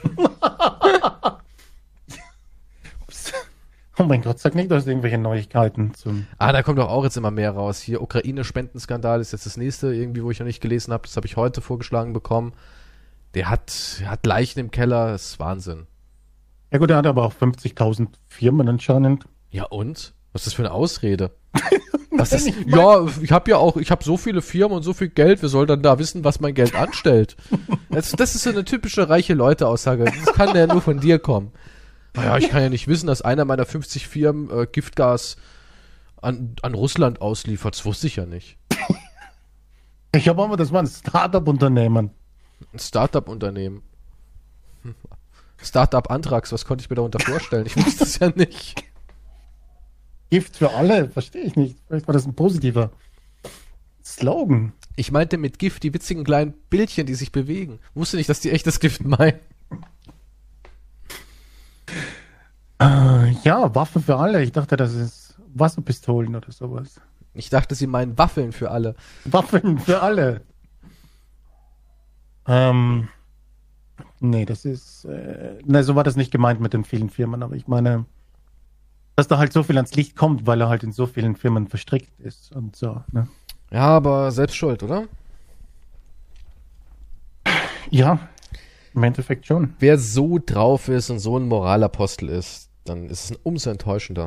Oh mein Gott, sag nicht, dass irgendwelche Neuigkeiten zum. Da kommt doch auch jetzt immer mehr raus. Hier, Ukraine-Spendenskandal ist jetzt das nächste, irgendwie, wo ich noch nicht gelesen habe. Das habe ich heute vorgeschlagen bekommen. Der hat Leichen im Keller. Das ist Wahnsinn. Ja gut, er hat aber auch 50.000 Firmen anscheinend. Ja und? Was ist das für eine Ausrede? Was ist, ich mein- ja, ich habe so viele Firmen und so viel Geld, wer soll dann da wissen, was mein Geld anstellt? Das ist so eine typische reiche Leute-Aussage. Das kann ja nur von dir kommen. Naja, ich kann ja nicht wissen, dass einer meiner 50 Firmen Giftgas an Russland ausliefert. Das wusste ich ja nicht. Ich habe aber, das war ein Startup-Unternehmen. Ein Startup-Unternehmen. Startup-Antrax, was konnte ich mir darunter vorstellen? Ich wusste es ja nicht. Gift für alle, verstehe ich nicht. Vielleicht war das ein positiver. Slogan. Ich meinte mit Gift die witzigen kleinen Bildchen, die sich bewegen. Wusste nicht, dass die echtes Gift meinen. Ja, Waffen für alle. Ich dachte, das ist Wasserpistolen oder sowas. Ich dachte, sie meinen Waffeln für alle. Waffen für alle. Nee, das ist, so war das nicht gemeint mit den vielen Firmen, aber ich meine, dass da halt so viel ans Licht kommt, weil er halt in so vielen Firmen verstrickt ist und so, ne? Ja, aber selbst schuld, oder? Ja, im Endeffekt schon. Wer so drauf ist und so ein Moralapostel ist, dann ist es umso enttäuschender.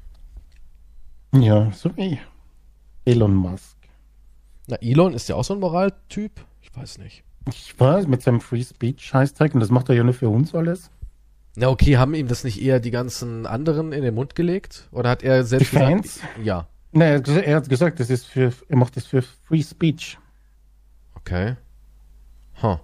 Ja, so wie Elon Musk. Na, Elon ist ja auch so ein Moraltyp? Ich weiß nicht. Ich weiß, mit seinem Free Speech Scheißdreck, und das macht er ja nur für uns alles. Na okay, haben ihm das nicht eher die ganzen anderen in den Mund gelegt? Oder hat er selbst Die Fans? gesagt? Ja. Nee, er hat gesagt, er macht das für Free Speech. Okay. Huh.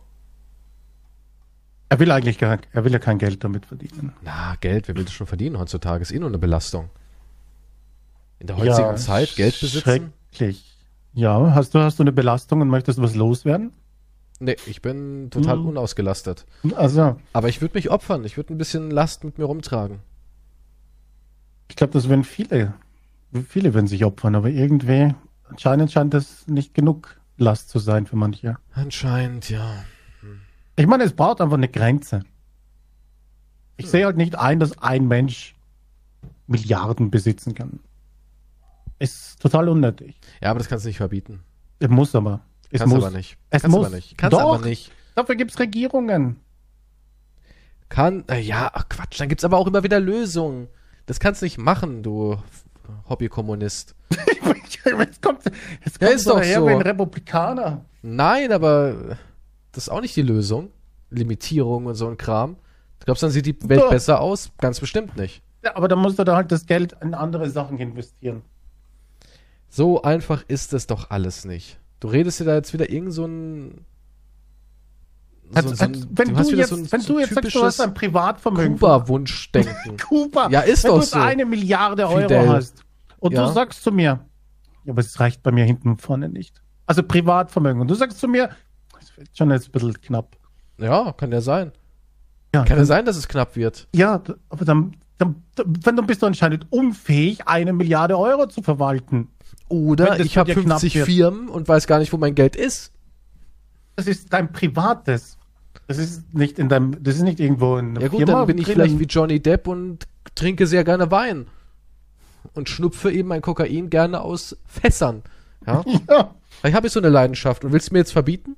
Er will ja kein Geld damit verdienen. Na, Geld, wer will das schon verdienen heutzutage? Ist eh nur eine Belastung. In der heutigen Zeit Geld besitzen? Schrecklich. Ja, hast du eine Belastung und möchtest was loswerden? Nee, ich bin total unausgelastet. Also, Aber ich würde mich opfern. Ich würde ein bisschen Last mit mir rumtragen. ich glaube, das werden viele werden sich opfern, aber irgendwie, anscheinend scheint das nicht genug Last zu sein für manche. Anscheinend, ja. Ich meine, es braucht einfach eine Grenze. Ich sehe halt nicht ein, dass ein Mensch Milliarden besitzen kann. Ist total unnötig. Ja, aber das kannst du nicht verbieten. Es muss aber. Kannst aber nicht. Kannst aber nicht. Kannst Doch, aber nicht. dafür gibt es Regierungen. Ja, ach Quatsch, dann gibt's aber auch immer wieder Lösungen. Das kannst du nicht machen, du Hobbykommunist. Jetzt kommt ist doch daher so. wie ein Republikaner. Nein, aber das ist auch nicht die Lösung. Limitierung und so ein Kram. Du glaubst, dann sieht die Welt Doch. besser aus? Ganz bestimmt nicht. Ja, aber dann musst du da halt das Geld in andere Sachen investieren. So einfach ist es doch alles nicht. Du redest dir da jetzt wieder irgend so ein... Wenn du jetzt sagst, du hast ein Privatvermögen. Kuba-Wunschdenken. Kuba. Ja, ist wenn doch du so. 1 Milliarde Fidel. Euro hast und Ja. du sagst zu mir, ja, aber es reicht bei mir hinten und vorne nicht. Also Privatvermögen. Und du sagst zu mir, das wird schon jetzt ein bisschen knapp. Ja, kann ja sein. Ja, Kann ja sein, dass es knapp wird. ja, aber dann bist du anscheinend unfähig, 1 Milliarde Euro zu verwalten. Oder Wenn das ich habe bei dir knapp 50 wird. Firmen und weiß gar nicht, wo mein Geld ist. Das ist dein Privates. Das ist nicht irgendwo in einer Ja gut, Firma dann bin ich drinnen. vielleicht wie Johnny Depp und trinke sehr gerne Wein. Und schnupfe eben mein Kokain gerne aus Fässern. Ja? Ja. Ich habe so eine Leidenschaft. Und willst du mir jetzt verbieten?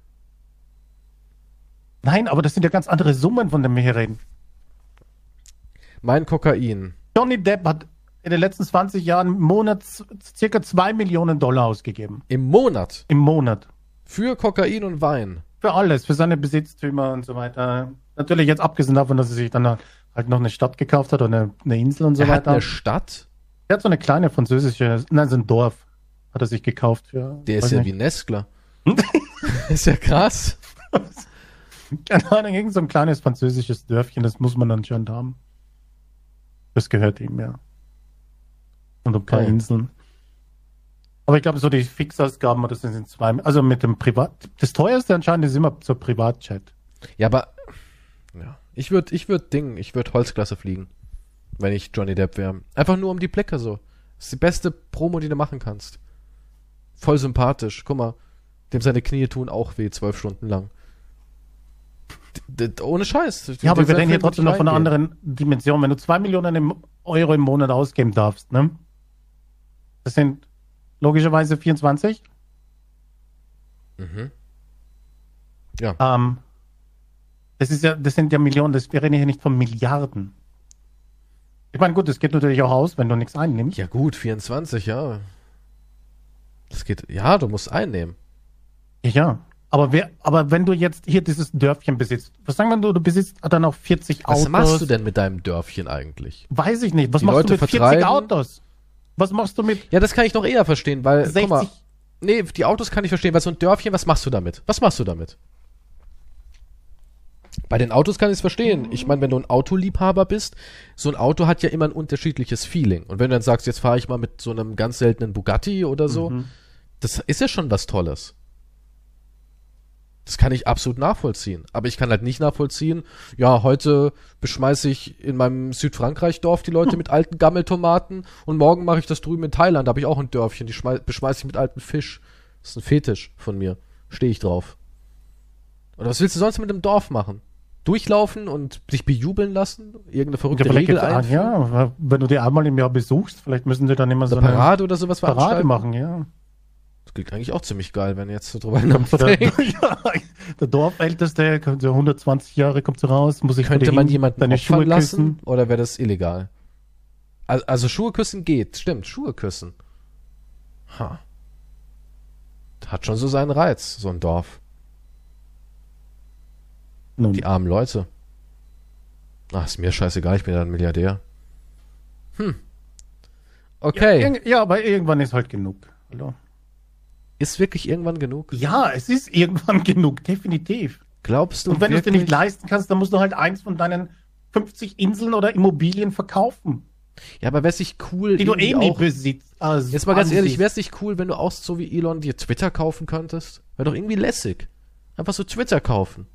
Nein, aber das sind ja ganz andere Summen, von denen wir hier reden. Mein Kokain. Johnny Depp hat in den letzten 20 Jahren im Monat circa 2 Millionen Dollar ausgegeben. Im Monat. Im Monat. Für Kokain und Wein. Für alles, für seine Besitztümer und so weiter. Natürlich jetzt abgesehen davon, dass er sich dann halt noch eine Stadt gekauft hat oder eine Insel und so Er hat weiter. eine Stadt. Er hat so eine kleine französische, so ein Dorf hat er sich gekauft für. Der ist weiß ja nicht. wie Nestler. Ist ja krass. Keine Ahnung, irgend so ein kleines französisches Dörfchen, das muss man anscheinend haben. Das gehört ihm, ja. Und ein paar Okay. Inseln. Aber ich glaube, so die Fixausgaben, das sind 2, also mit dem das teuerste anscheinend ist immer zur Privatchat. Ja, aber ja. Ich würd Holzklasse fliegen, wenn ich Johnny Depp wäre. Einfach nur um die Blicke so. Das ist die beste Promo, die du machen kannst. Voll sympathisch. Guck mal, dem seine Knie tun auch weh, 12 Stunden lang. Ohne Scheiß. Ja, aber wir Den reden hier Film trotzdem würd ich noch von einer reingehen. anderen Dimension. Wenn du 2 Millionen Euro im Monat ausgeben darfst, ne? Das sind logischerweise 24. Mhm. Ja. Das sind ja Millionen, wir reden hier nicht von Milliarden. Ich meine, gut, das geht natürlich auch aus, wenn du nichts einnimmst. Ja gut, 24, ja. Das geht, ja, du musst einnehmen. Ja. Aber wenn du jetzt hier dieses Dörfchen besitzt, was sagen wir, du besitzt dann auch 40 Autos. Was machst du denn mit deinem Dörfchen eigentlich? Weiß ich nicht. Was Die machst Leute du mit 40 vertreiben? Autos? Was machst du mit Ja, das kann ich noch eher verstehen, weil, 60? guck mal, nee, die Autos kann ich verstehen, weil so ein Dörfchen, was machst du damit? Was machst du damit? Bei den Autos kann ich es verstehen. Ich meine, wenn du ein Autoliebhaber bist, so ein Auto hat ja immer ein unterschiedliches Feeling. Und wenn du dann sagst, jetzt fahre ich mal mit so einem ganz seltenen Bugatti oder so, Das ist ja schon was Tolles. Das kann ich absolut nachvollziehen. Aber ich kann halt nicht nachvollziehen, ja, heute beschmeiße ich in meinem Südfrankreich-Dorf die Leute mit alten Gammeltomaten und morgen mache ich das drüben in Thailand. Da habe ich auch ein Dörfchen, die beschmeiße ich mit altem Fisch. Das ist ein Fetisch von mir. Stehe ich drauf. Oder was willst du sonst mit dem Dorf machen? Durchlaufen und dich bejubeln lassen? Irgendeine verrückte Regel einführen? Ja, wenn du die einmal im Jahr besuchst, vielleicht müssen sie dann immer so eine Parade oder sowas Parade machen, ja. Das klingt eigentlich auch ziemlich geil, wenn jetzt so drüber nachdenkst. Der Dorfälteste, kommt so 120 Jahre, kommt so raus, muss ich könnte man jemanden deine Schuhe lassen oder wäre das illegal? Also Schuhe küssen geht, stimmt, Schuhe küssen. Hat schon so seinen Reiz, so ein Dorf. Nun. Die armen Leute. Ach, ist mir scheißegal, ich bin ja ein Milliardär. Okay. Ja, aber irgendwann ist halt genug. Hallo. Ist wirklich irgendwann genug? Ja, es ist irgendwann genug, definitiv. Glaubst du Und wenn du es dir nicht leisten kannst, dann musst du halt eins von deinen 50 Inseln oder Immobilien verkaufen. Ja, aber wär's nicht cool, die du eh nie besitzt. Also jetzt mal ganz ehrlich, wär's nicht cool, wenn du auch so wie Elon dir Twitter kaufen könntest? Wäre doch irgendwie lässig. Einfach so Twitter kaufen.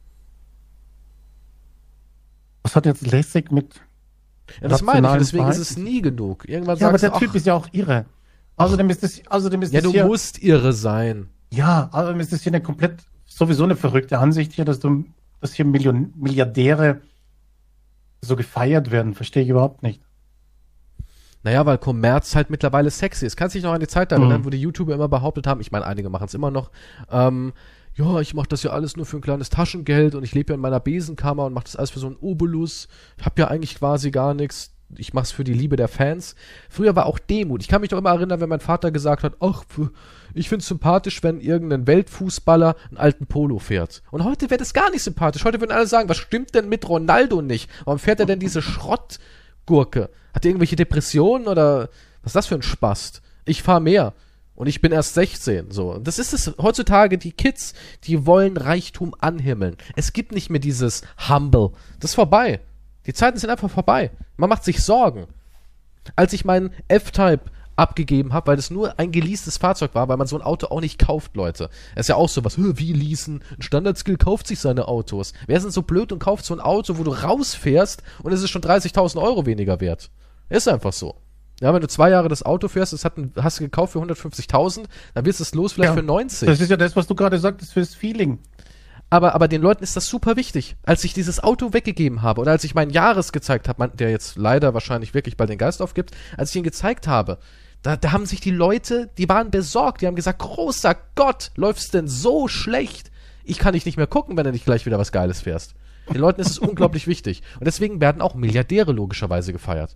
Was hat jetzt lässig mit... Ja, das meine ich, deswegen ist es nie genug. Irgendwann ja, aber der Typ ist ja auch irre. Außerdem ist das ja, du musst irre sein. Ja, außerdem ist das hier sowieso eine verrückte Ansicht hier, dass hier Milliardäre so gefeiert werden. Verstehe ich überhaupt nicht. Naja, weil Kommerz halt mittlerweile sexy ist. Kannst dich noch an die Zeit erinnern, wo die YouTuber immer behauptet haben, ich meine, einige machen es immer noch, ja, ich mache das ja alles nur für ein kleines Taschengeld und ich lebe ja in meiner Besenkammer und mache das alles für so einen Obolus. Ich habe ja eigentlich quasi gar nichts. Ich mache es für die Liebe der Fans. Früher war auch Demut. Ich kann mich doch immer erinnern, wenn mein Vater gesagt hat, ach, ich find's sympathisch, wenn irgendein Weltfußballer einen alten Polo fährt. Und heute wäre das gar nicht sympathisch. Heute würden alle sagen, was stimmt denn mit Ronaldo nicht? Warum fährt er denn diese Schrottgurke? Hat er irgendwelche Depressionen oder was ist das für ein Spast? Ich fahre mehr. Und ich bin erst 16, so. Und das ist es heutzutage, die Kids, die wollen Reichtum anhimmeln. Es gibt nicht mehr dieses Humble. Das ist vorbei. Die Zeiten sind einfach vorbei. Man macht sich Sorgen. Als ich meinen F-Type abgegeben habe, weil das nur ein geleastes Fahrzeug war, weil man so ein Auto auch nicht kauft, Leute. Es ist ja auch sowas, wie leasen? Ein Standard-Skill kauft sich seine Autos. Wer ist denn so blöd und kauft so ein Auto, wo du rausfährst und es ist schon 30.000 Euro weniger wert? Ist einfach so. Ja, wenn du 2 Jahre das Auto fährst, hast du gekauft für 150.000, dann wirst es los vielleicht für 90. Das ist ja das, was du gerade sagtest, fürs Feeling. Aber den Leuten ist das super wichtig. Als ich dieses Auto weggegeben habe oder als ich meinen Jahres gezeigt habe, der jetzt leider wahrscheinlich wirklich bald den Geist aufgibt, als ich ihn gezeigt habe, da haben sich die Leute, die waren besorgt, die haben gesagt, großer Gott, läufst denn so schlecht? Ich kann dich nicht mehr gucken, wenn du nicht gleich wieder was Geiles fährst. Den Leuten ist es unglaublich wichtig. Und deswegen werden auch Milliardäre logischerweise gefeiert.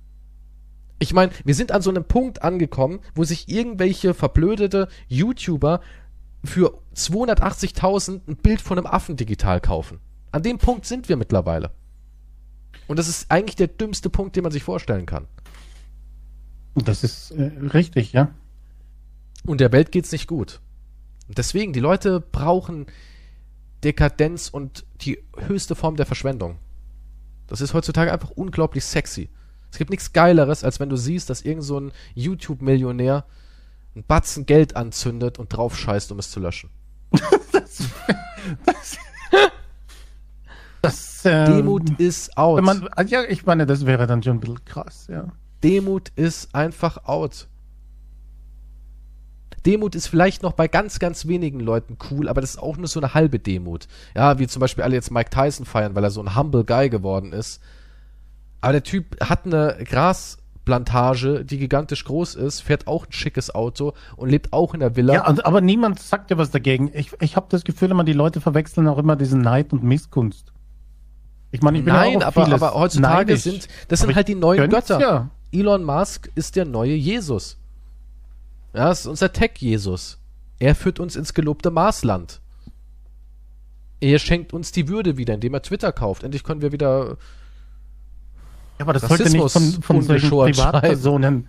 Ich meine, wir sind an so einem Punkt angekommen, wo sich irgendwelche verblödete YouTuber für 280.000 ein Bild von einem Affen digital kaufen. An dem Punkt sind wir mittlerweile. Und das ist eigentlich der dümmste Punkt, den man sich vorstellen kann. Das ist richtig, ja. Und der Welt geht's nicht gut. Und deswegen, die Leute brauchen Dekadenz und die höchste Form der Verschwendung. Das ist heutzutage einfach unglaublich sexy. Es gibt nichts Geileres, als wenn du siehst, dass irgend so ein YouTube-Millionär einen Batzen Geld anzündet und drauf scheißt, um es zu löschen. Demut ist out. Ja, ich meine, das wäre dann schon ein bisschen krass, ja. Demut ist einfach out. Demut ist vielleicht noch bei ganz, ganz wenigen Leuten cool, aber das ist auch nur so eine halbe Demut. Ja, wie zum Beispiel alle jetzt Mike Tyson feiern, weil er so ein Humble Guy geworden ist. Aber der Typ hat eine Grasplantage, die gigantisch groß ist, fährt auch ein schickes Auto und lebt auch in der Villa. Ja, aber niemand sagt ja was dagegen. Ich habe das Gefühl, die Leute verwechseln auch immer diesen Neid und Missgunst. Ich meine, ich bin Nein, ja auch aber heutzutage neidisch. sind halt die neuen Götter. Ja. Elon Musk ist der neue Jesus. Ja, das ist unser Tech-Jesus. Er führt uns ins gelobte Marsland. Er schenkt uns die Würde wieder, indem er Twitter kauft. Endlich können wir wieder ja, aber das sollte nicht von solchen Privatpersonen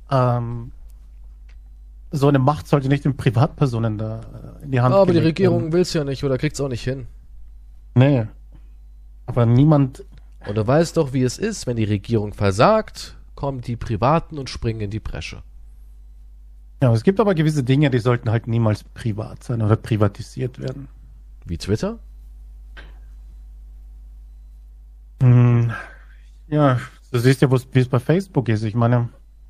so eine Macht sollte nicht den Privatpersonen da in die Hand aber die Regierung will es ja nicht oder kriegt es auch nicht hin. Nee. Aber niemand... Und du weißt doch, wie es ist, wenn die Regierung versagt, kommen die Privaten und springen in die Bresche. Ja, es gibt aber gewisse Dinge, die sollten halt niemals privat sein oder privatisiert werden. Wie Twitter? Ja, du siehst ja, wie es bei Facebook ist. Ich meine,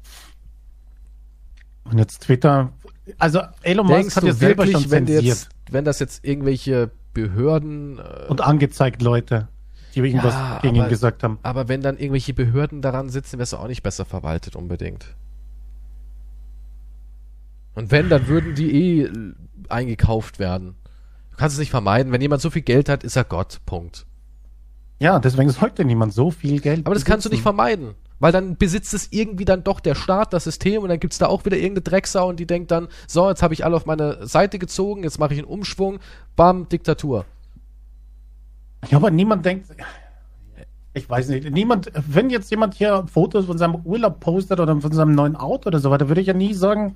und jetzt Twitter, also Elon Musk Denkst hat du ja selber wirklich, schon zensiert wenn das jetzt irgendwelche Behörden und angezeigt Leute, die irgendwas gegen ihn gesagt haben. Aber wenn dann irgendwelche Behörden daran sitzen, wäre es auch nicht besser verwaltet unbedingt. Und wenn, dann würden die eingekauft werden. Du kannst es nicht vermeiden. Wenn jemand so viel Geld hat, ist er Gott. Punkt. Ja, deswegen sollte niemand so viel Geld Aber das kannst du nicht vermeiden. Weil dann besitzt es irgendwie dann doch der Staat, das System, und dann gibt es da auch wieder irgendeine Drecksau und die denkt dann, so, jetzt habe ich alle auf meine Seite gezogen, jetzt mache ich einen Umschwung, bam, Diktatur. Ja, aber niemand denkt, ich weiß nicht, wenn jetzt jemand hier Fotos von seinem Urlaub postet oder von seinem neuen Auto oder so weiter, würde ich ja nicht sagen,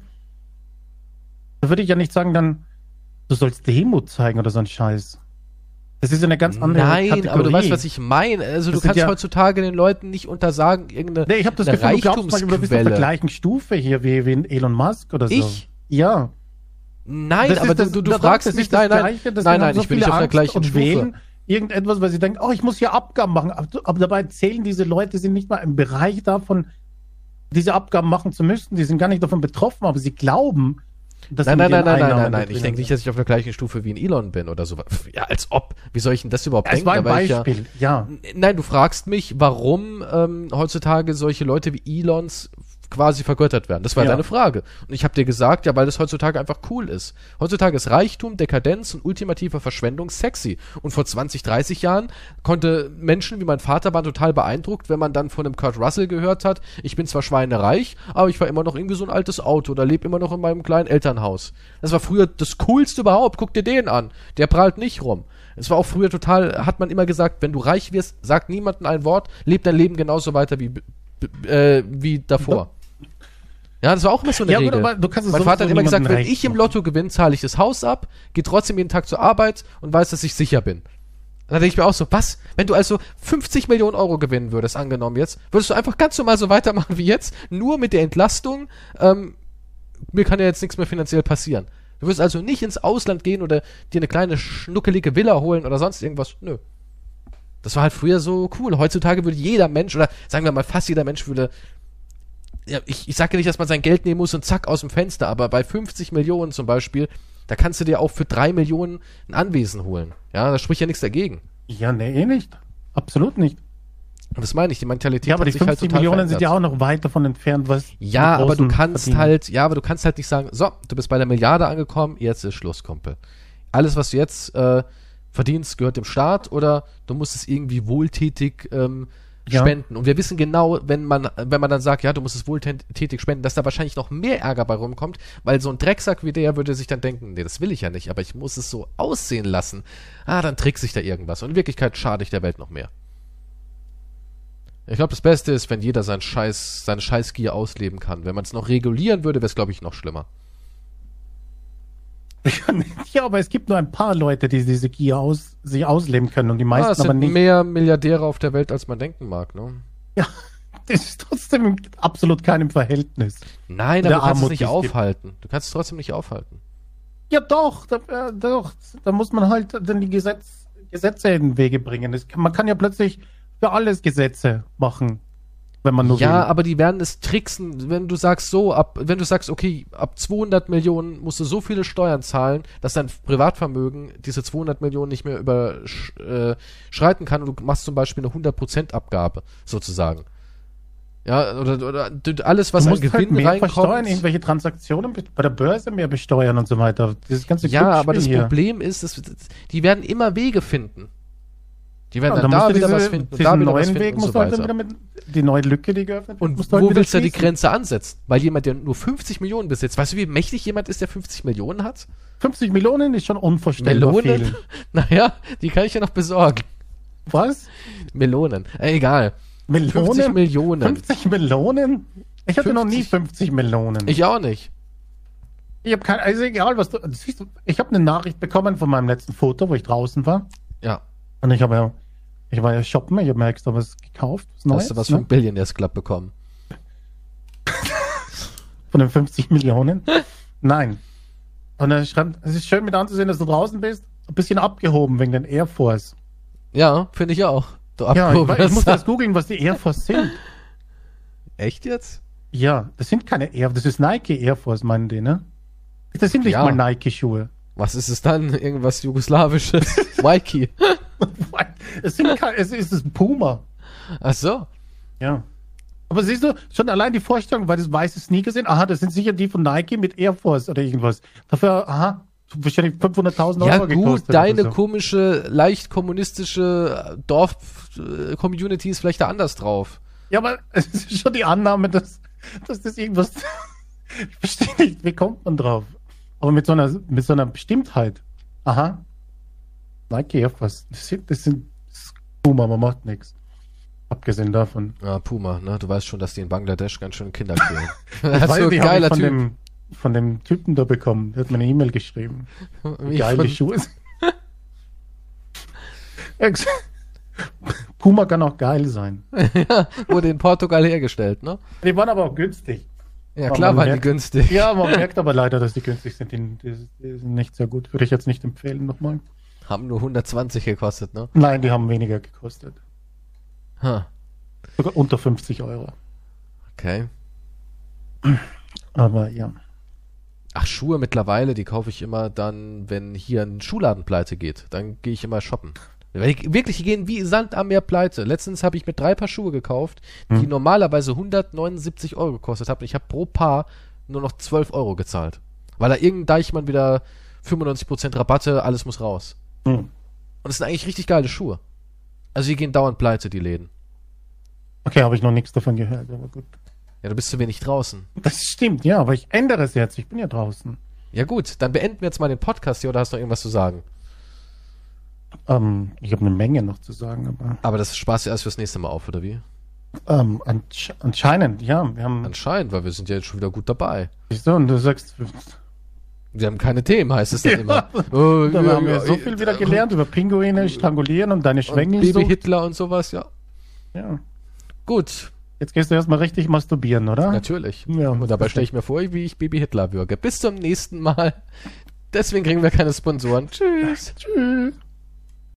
dann, du sollst Demut zeigen oder so ein Scheiß. Das ist eine ganz andere Kategorie. Aber du weißt, was ich meine. Also du kannst heutzutage den Leuten nicht untersagen, irgendeine ich habe das Gefühl, du glaubst manchmal, du bist auf der gleichen Stufe hier wie Elon Musk oder so. Ich? Ja. Nein, aber du fragst mich, nein, ich bin nicht auf der gleichen Stufe. Wählen irgendetwas, weil sie denken, ich muss hier Abgaben machen. Aber dabei zählen diese Leute, sind nicht mal im Bereich davon, diese Abgaben machen zu müssen. Die sind gar nicht davon betroffen, aber sie glauben, dass Nein. Ich denke nicht, dass ich auf der gleichen Stufe wie ein Elon bin oder so. Ja, als ob. Wie soll ich denn das überhaupt denken? Es war ein Beispiel, ja. Nein, du fragst mich, warum heutzutage solche Leute wie Elons quasi vergöttert werden. Das war deine Frage. Und ich habe dir gesagt, ja, weil das heutzutage einfach cool ist. Heutzutage ist Reichtum, Dekadenz und ultimative Verschwendung sexy. Und vor 20, 30 Jahren konnte Menschen wie mein Vater waren total beeindruckt, wenn man dann von einem Kurt Russell gehört hat, ich bin zwar schweinereich, aber ich fahre immer noch irgendwie so ein altes Auto oder lebe immer noch in meinem kleinen Elternhaus. Das war früher das Coolste überhaupt. Guck dir den an. Der prahlt nicht rum. Es war auch früher total, hat man immer gesagt, wenn du reich wirst, sag niemandem ein Wort, leb dein Leben genauso weiter wie davor. Ja, das war auch immer so eine Regel. Aber mein Vater hat immer gesagt, wenn ich im Lotto gewinne, zahle ich das Haus ab, gehe trotzdem jeden Tag zur Arbeit und weiß, dass ich sicher bin. Da denke ich mir auch so, was? Wenn du also 50 Millionen Euro gewinnen würdest, angenommen jetzt, würdest du einfach ganz normal so weitermachen wie jetzt, nur mit der Entlastung, mir kann ja jetzt nichts mehr finanziell passieren. Du wirst also nicht ins Ausland gehen oder dir eine kleine schnuckelige Villa holen oder sonst irgendwas. Nö. Das war halt früher so cool. Heutzutage würde jeder Mensch, oder sagen wir mal fast jeder Mensch würde, ja, ich sage ja nicht, dass man sein Geld nehmen muss und zack aus dem Fenster, aber bei 50 Millionen zum Beispiel, da kannst du dir auch für 3 Millionen ein Anwesen holen. Ja, da spricht ja nichts dagegen. Ja, nee, nicht. Absolut nicht. Und das meine ich, die Mentalität hat sich halt total verändert. Ja, aber die 50 Millionen sind ja auch noch weit davon entfernt, was ja, aber du kannst halt nicht sagen, so, du bist bei der Milliarde angekommen, jetzt ist Schluss, Kumpel. Alles, was du jetzt verdienst, gehört dem Staat oder du musst es irgendwie wohltätig spenden. Und wir wissen genau, wenn man dann sagt, ja, du musst es wohltätig spenden, dass da wahrscheinlich noch mehr Ärger bei rumkommt, weil so ein Drecksack wie der würde sich dann denken, nee, das will ich ja nicht, aber ich muss es so aussehen lassen. Dann trickse ich da irgendwas. Und in Wirklichkeit schade ich der Welt noch mehr. Ich glaube, das Beste ist, wenn jeder seine Scheißgier ausleben kann. Wenn man es noch regulieren würde, wäre es, glaube ich, noch schlimmer. Ja, aber es gibt nur ein paar Leute, die diese Gier sich ausleben können und die meisten es sind aber nicht. Mehr Milliardäre auf der Welt, als man denken mag, ne? Ja, das ist trotzdem absolut keinem Verhältnis. Nein, aber du kannst es nicht aufhalten. Du kannst es trotzdem nicht aufhalten. Ja, doch. Da muss man halt dann die Gesetze in den Wege bringen. Man kann ja plötzlich für alles Gesetze machen. Wenn man nur will. Aber die werden es tricksen, wenn du sagst, okay, ab 200 Millionen musst du so viele Steuern zahlen, dass dein Privatvermögen diese 200 Millionen nicht mehr überschreiten kann und du machst zum Beispiel eine 100% Abgabe, sozusagen. Ja, oder alles, was an Gewinn mehr reinkommt. Versteuern, irgendwelche Transaktionen bei der Börse mehr besteuern und so weiter. Dieses ganze aber das Problem ist, die werden immer Wege finden. Die werden dann da wieder was finden und da wieder was finden und so weiter. Die neue Lücke, die geöffnet wird. Und wo willst du die Grenze ansetzen? Weil jemand, der nur 50 Millionen besitzt, weißt du, wie mächtig jemand ist, der 50 Millionen hat? 50 Millionen ist schon unvorstellbar viel. Naja, die kann ich ja noch besorgen. Was? Melonen. Egal. 50 Millionen. 50 Millionen? Ich hatte noch nie 50 Millionen. Ich auch nicht. Ich habe also egal, was du siehst. Ich habe eine Nachricht bekommen von meinem letzten Foto, wo ich draußen war. Ja. Und ich war ja shoppen, ich habe mir extra was gekauft. Hast du was vom Billionaires Club bekommen? von den 50 Millionen. Nein. Und er schreibt, es ist schön mit anzusehen, dass du draußen bist. Ein bisschen abgehoben wegen den Air Force. Ja, finde ich auch. Du Ja, ich abgehobener muss Sack. das googeln, was die Air Force sind. Echt jetzt? Ja, das sind keine Air, das ist Nike Air Force, meinen die, ne? Das sind nicht Ja. mal Nike-Schuhe. Was ist es dann? Irgendwas Jugoslawisches? Waiki. Es ist ein Puma. Ach so. Ja. Aber siehst du, schon allein die Vorstellung, weil das weiße Sneaker sind, aha, das sind sicher die von Nike mit Air Force oder irgendwas. Dafür, aha, wahrscheinlich 500.000 Ja Euro gut, gekostet. deine oder so. komische, leicht kommunistische Dorf-Community ist vielleicht da anders drauf. Ja, aber es ist schon die Annahme, dass das irgendwas. Ich verstehe nicht, wie kommt man drauf? Aber mit so einer Bestimmtheit. Aha. Nike Air Force. Das ist Puma, man macht nichts. Abgesehen davon. Ja, Puma, ne? Du weißt schon, dass die in Bangladesch ganz schön Kinder quälen. Ich Das ist weiß, so ein die habe geiler ich Typ. von dem Typen da bekommen. Der hat mir eine E-Mail geschrieben. Wie Wie geil von- die Schuhe sind. Er hat gesagt, Puma kann auch geil sein. Ja, wurde in Portugal hergestellt, ne? Die waren aber auch günstig. Ja, Aber klar man waren die merkt- günstig. Ja, man merkt aber leider, dass die günstig sind. Die sind nicht sehr gut. Würde ich jetzt nicht empfehlen nochmal. Haben nur 120 gekostet, ne? Nein, die haben weniger gekostet. Ha, Sogar unter 50 Euro. okay. Aber ja. Ach, Schuhe mittlerweile, die kaufe ich immer dann, wenn hier ein Schuhladen pleite geht. Dann gehe ich immer shoppen. Weil wirklich, die gehen wie Sand am Meer pleite. Letztens habe ich mir 3 Paar Schuhe gekauft, die normalerweise 179 Euro gekostet haben. Und ich habe pro Paar nur noch 12 Euro gezahlt. Weil da irgendein Deichmann wieder 95% Rabatte, alles muss raus. Hm. Und das sind eigentlich richtig geile Schuhe. Also die gehen dauernd pleite, die Läden. Okay, habe ich noch nichts davon gehört, aber gut. Ja, du bist zu wenig draußen. Das stimmt, ja, aber ich ändere es jetzt. Ich bin ja draußen. Ja gut, dann beenden wir jetzt mal den Podcast hier oder hast du noch irgendwas zu sagen? Ich habe eine Menge noch zu sagen, aber Aber das sparst du erst fürs nächste Mal auf, oder wie? anscheinend, ja. Wir haben, Anscheinend, weil wir sind ja jetzt schon wieder gut dabei. siehst du, und du sagst, Wir haben keine Themen, heißt es dann Ja, immer. da haben wir so viel wieder gelernt über Pinguine, Strangulieren und deine Und Schwängel. Baby Hitler und sowas, ja. Ja. Gut, Jetzt gehst du erstmal richtig masturbieren, oder? natürlich. Ja, Und dabei stelle ich mir vor, wie ich Baby Hitler würge. Bis zum nächsten Mal. Deswegen kriegen wir keine Sponsoren. Tschüss. Tschüss.